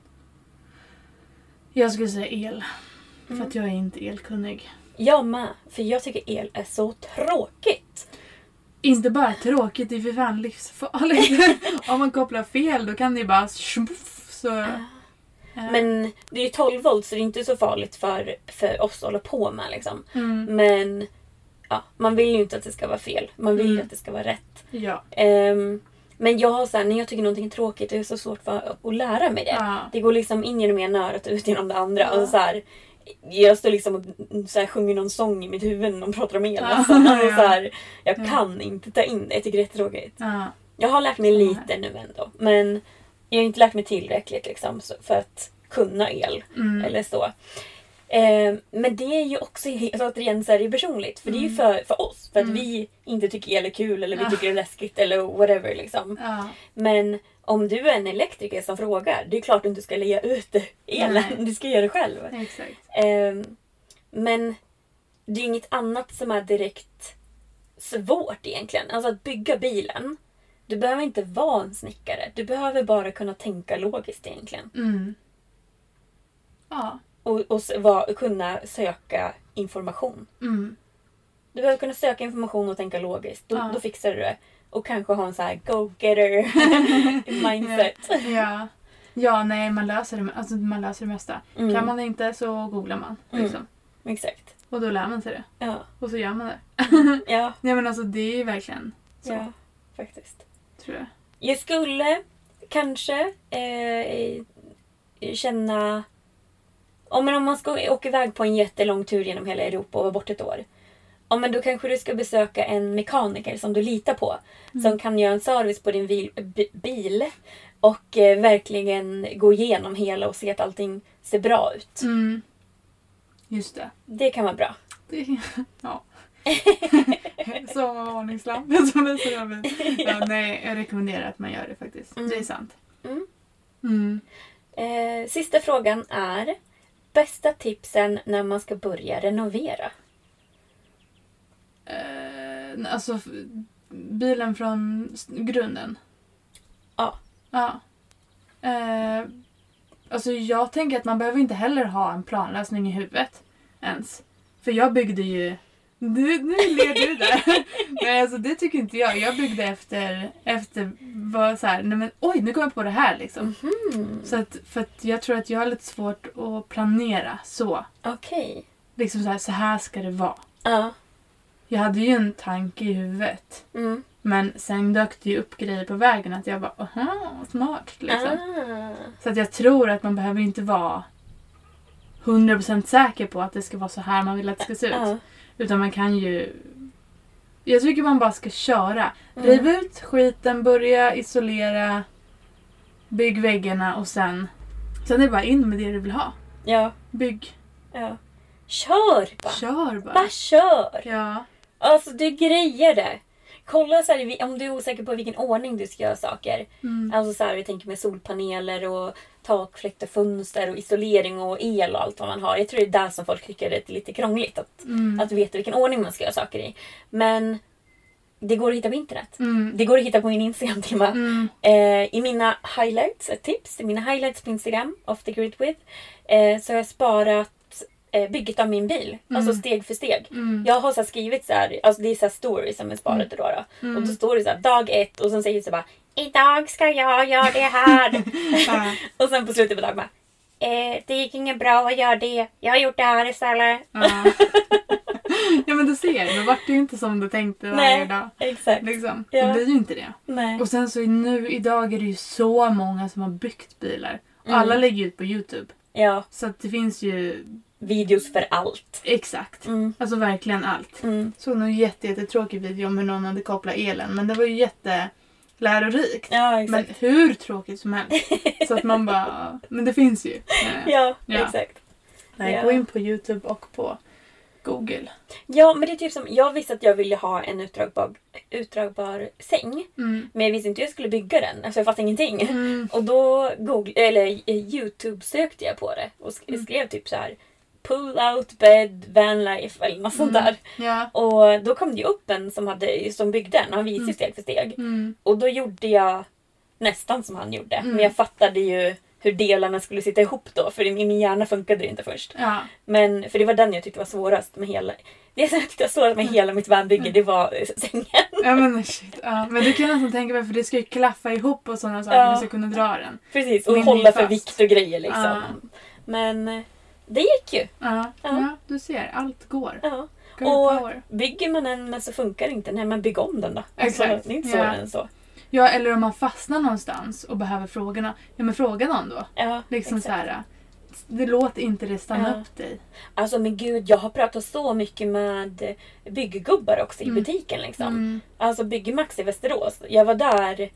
Jag skulle säga el. För att jag är inte elkunnig. Jag med, för jag tycker el är så tråkigt. Inte bara tråkigt, det är för fan livsfarligt. Om man kopplar fel då kan det ju bara smuff, så... eh, Men det är ju tolv volt så det är inte så farligt för, för oss att hålla på med liksom. Mm. Men ja, man vill ju inte att det ska vara fel. Man vill ju Mm. att det ska vara rätt. Ja. Ehm, men jag har så här, när jag tycker någonting är tråkigt, det är så svårt för att lära mig det. Ja. Det går liksom in genom ena örat och ut genom det andra. Ja. Och så här, jag står liksom och så här, sjunger någon sång i mitt huvud när de pratar om el. Ja. Alltså, alltså, Ja. så här, jag Ja. kan inte ta in det. Jag tycker det är jättetråkigt. Ja. Jag har lärt mig lite nu ändå. Men jag har inte lärt mig tillräckligt liksom, så- för att kunna el. Mm. Eller så. Eh, men det är ju också helt återigen så här, det är personligt. För det är ju för, för oss. För att vi inte tycker el är kul eller vi Mm. Ja. tycker det är läskigt eller whatever liksom. Ja. Men om du är en elektriker som frågar, det är klart att du inte ska lägga ut elen. Nej. Du ska göra det själv. Exakt. Eh, men det är inget annat som är direkt svårt egentligen. Alltså att bygga bilen. Du behöver inte vara en snickare. Du behöver bara kunna tänka logiskt egentligen. Mm. Ja. Och, och s- va, kunna söka information. Mm. Du behöver kunna söka information och tänka logiskt. Då, Ja. då fixar du det. Och kanske ha en så här go-getter mindset. Ja. Ja, nej, man löser det, alltså, man löser det mesta. Mm. Kan man inte så googlar man. Liksom. Exakt. Och då lär man sig det. Ja, Och så gör man det. ja, Nej, men alltså det är verkligen så, ja faktiskt. tror jag. Jag skulle kanske eh, känna... Om, om man ska åka iväg på en jättelång tur genom hela Europa och vara bort ett år. Ja, men då kanske du ska besöka en mekaniker som du litar på. Som kan göra en service på din bil, bi- bil och eh, verkligen gå igenom hela och se att allting ser bra ut. Mm. Just det. Det kan vara bra. det ja. Som varningslampa som det ser över. Ja, nej, jag rekommenderar att man gör det faktiskt. Mm. Det är sant. Mm. Mm. Eh, sista frågan är: bästa tipsen när man ska börja renovera? Eh, alltså, bilen från grunden. Ja. Ja. Eh, alltså jag tänker att man behöver inte heller ha en planlösning i huvudet ens. För jag byggde ju... Du, nu ler du där. Nej, alltså det tycker inte jag. Jag byggde efter... efter vad så här, nej men oj, nu kom jag på det här liksom. Mm. Så att, för att jag tror att jag har lite svårt att planera så. Okej. Okay. Liksom så här, så här ska det vara. Ja. Jag hade ju en tanke i huvudet. Mm. Men sen dök det ju upp grejer på vägen att jag bara, aha, smart liksom. Ah. Så att jag tror att man behöver inte vara hundra procent säker på att det ska vara så här man vill att det ska se ut. Ah. Utan man kan ju... Jag tycker man bara ska köra. Mm. Riv ut skiten, börja isolera, bygg väggarna och sen... Sen är det bara in med det du vill ha. Ja. Bygg. Ja. Kör bara. Kör bara. Bara kör. Ja. Alltså du grejer det. Kolla så här, om du är osäker på vilken ordning du ska göra saker. Mm. Alltså så här, vi tänker med solpaneler och takfläkt och fönster och isolering och el och allt vad man har. Jag tror det är där som folk tycker det är lite krångligt. Att, Mm. att veta vilken ordning man ska göra saker i. Men det går att hitta på internet. Mm. Det går att hitta på min Instagram till mig. Mm. Eh, I mina highlights, ett tips. I mina highlights på Instagram, off the grid with. Eh, så har jag sparat bygget av min bil. Mm. Alltså steg för steg. Mm. Jag har så här skrivit så här, alltså det är så här stories som är sparade då, då. Mm. Och då står det så här, dag ett och sen säger det så bara, idag ska jag göra det här. Ja. Och sen på slutet på dagen bara, eh, det gick inget bra att göra det. Jag har gjort det här istället. Ja. Ja men du ser, men vart det ju inte som du tänkte varje Nej, dag. exakt. Liksom. Ja. Det blir ju inte det. Nej. Och sen så nu idag är det ju så många som har byggt bilar. Och Mm. alla lägger ut på YouTube. Ja, Så att det finns ju videos för allt. exakt. Mm. Alltså verkligen allt. Mm. Såg någon jätte, jättetråkig video om hur någon hade kopplat elen. Men det var ju jättelärorikt. Ja, Men exakt. hur tråkigt som helst. Så att man bara, men det finns ju. Ja, Ja. exakt. Nej, Ja. gå in på YouTube och på Google. Ja, men det är typ som, jag visste att jag ville ha en utdragbar, utdragbar säng. Mm. Men jag visste inte hur jag skulle bygga den. Alltså jag fattade ingenting. Mm. Och då Google, eller eh, YouTube sökte jag på det. Och sk- Mm. skrev typ så här: pull out bed, vanlife eller något sånt där. Ja. Och då kom det ju upp en som, hade, som byggde den. Han visade ju steg för steg. Mm. Och då gjorde jag nästan som han gjorde. Mm. Men jag fattade ju hur delarna skulle sitta ihop då. För i min hjärna funkade det inte först. Ja. Men, för det var den jag tyckte var svårast med hela... Det som jag tyckte var svårast med hela mitt vanbygge, det var eh, sängen. Ja men shit. Ja. Men du kan nästan tänka mig, för det ska ju klaffa ihop och sådana saker. Ja. Du ska kunna dra den. Precis, och Min hålla är för fast. vikt och grejer liksom. Ja. Men eh, det gick ju. Ja. Ja. Ja, du ser. Allt går. Ja. Girl Och power. bygger man den men så funkar det inte. Nej, man bygger om den då. Exakt. Alltså, det är inte Ja. svårare än så. Ja, eller om man fastnar någonstans och behöver frågorna. Ja, men fråga någon då. Ja, Liksom exakt. så här. Det låter inte det stanna Ja. upp dig. Alltså men gud, jag har pratat så mycket med bygggubbar också i Mm. butiken liksom. Mm. Alltså Byggmax i Västerås. Jag var där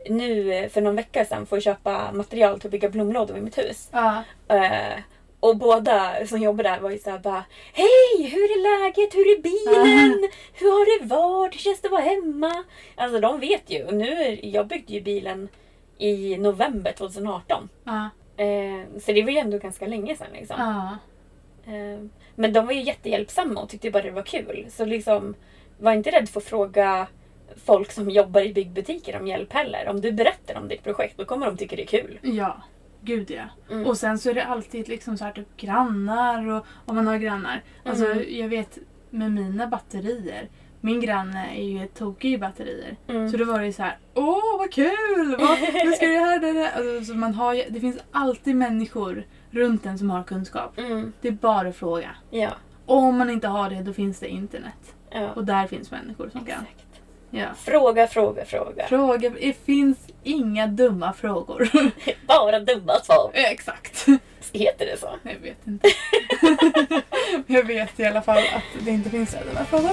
nu för någon vecka sedan för att köpa material till att bygga blomlådor i mitt hus. Ja. Eh, och båda som jobbar där var ju såhär bara: hej, hur är läget? Hur är bilen? Hur har det varit? Hur känns det att vara hemma? Alltså de vet ju. Och nu, är- jag byggde ju bilen i november tjugoarton. Ja. Eh, så det var ju ändå ganska länge sedan liksom. Ja. Eh, men de var ju jättehjälpsamma och tyckte bara det var kul. Så liksom, var inte rädd för att fråga folk som jobbar i byggbutiker om hjälp heller. Om du berättar om ditt projekt, då kommer de tycka det är kul. Ja. Gud ja. Mm. Och sen så är det alltid liksom så här typ grannar och om man har grannar. Alltså Mm. jag vet med mina batterier. Min granne är ju tokig i batterier. Mm. Så då var det ju så här: åh vad kul! Vad, vad ska jag göra? Det, det? Alltså, så man har ju, det finns alltid människor runt en som har kunskap. Mm. Det är bara att fråga. Ja. Och om man inte har det, då finns det internet. Ja. Och där finns människor som kan. Exakt. Ja. Fråga, fråga, fråga. Fråga, det finns inga dumma frågor. Bara dumma svar. Exakt. Heter det så? Jag vet inte. Jag vet i alla fall att det inte finns dumma frågor.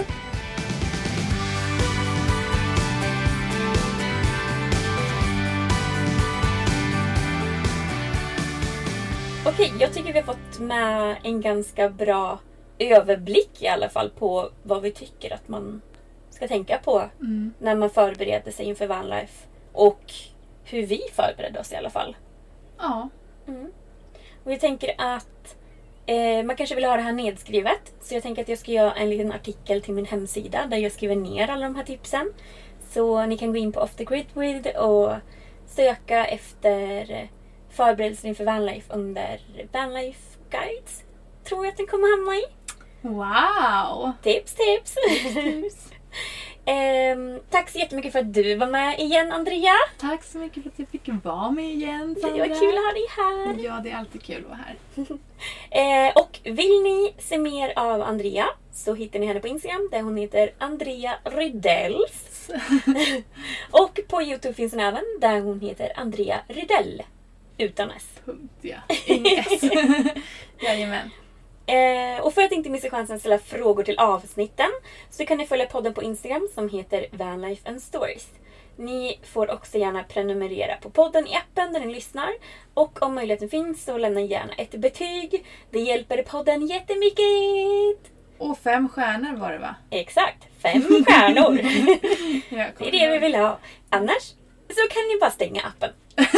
Okej, jag tycker vi har fått med en ganska bra överblick i alla fall på vad vi tycker att man ska tänka på Mm. när man förbereder sig inför vanlife. Och hur vi förbereder oss i alla fall. Ja. Mm. Och jag tänker att eh, man kanske vill ha det här nedskrivet. Så jag tänker att jag ska göra en liten artikel till min hemsida där jag skriver ner alla de här tipsen. Så ni kan gå in på Off the Grid With och söka efter förberedelser inför Vanlife under Vanlife Guides. Tror jag att den kommer hamna i. Wow! Tips, tips! tips. ehm, tack så jättemycket för att du var med igen, Andrea. Tack så mycket för att jag fick vara med igen, Sandra. Det var kul att ha dig här. Ja, det är alltid kul att vara här. ehm, och vill ni se mer av Andrea så hittar ni henne på Instagram där hon heter Andrea Rydells. Och på YouTube finns hon även där hon heter Andrea Rydell. Utan S. Punkt, ja. Ingen S. Jajamän. Eh, och för att inte missa chansen att ställa frågor till avsnitten så kan ni följa podden på Instagram som heter Vanlife and Stories. Ni får också gärna prenumerera på podden i appen där ni lyssnar. Och om möjligheten finns så lämna gärna ett betyg. Det hjälper podden jättemycket. Och fem stjärnor var det, va? Exakt, fem stjärnor. Ja, det är det vi vill ha. Annars så kan ni bara stänga appen.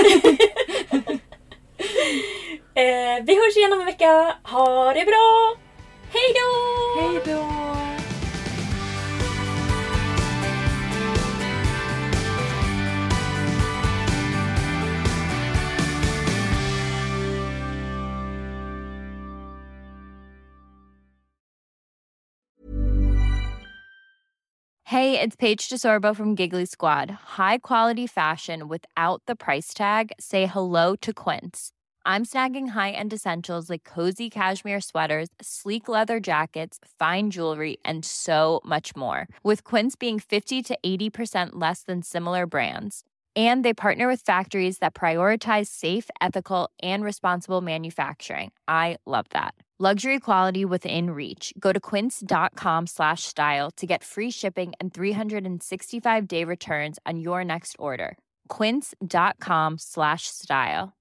eh, vi hörs igen om en vecka. Ha det bra. Hej då! Hej då! Hey, it's Paige DeSorbo from Giggly Squad. High quality fashion without the price tag. Say hello to Quince. I'm snagging high-end essentials like cozy cashmere sweaters, sleek leather jackets, fine jewelry, and so much more. With Quince being fifty to eighty percent less than similar brands. And they partner with factories that prioritize safe, ethical, and responsible manufacturing. I love that. Luxury quality within reach. Go to quince.com slash style to get free shipping and three sixty-five day returns on your next order. Quince.com slash style.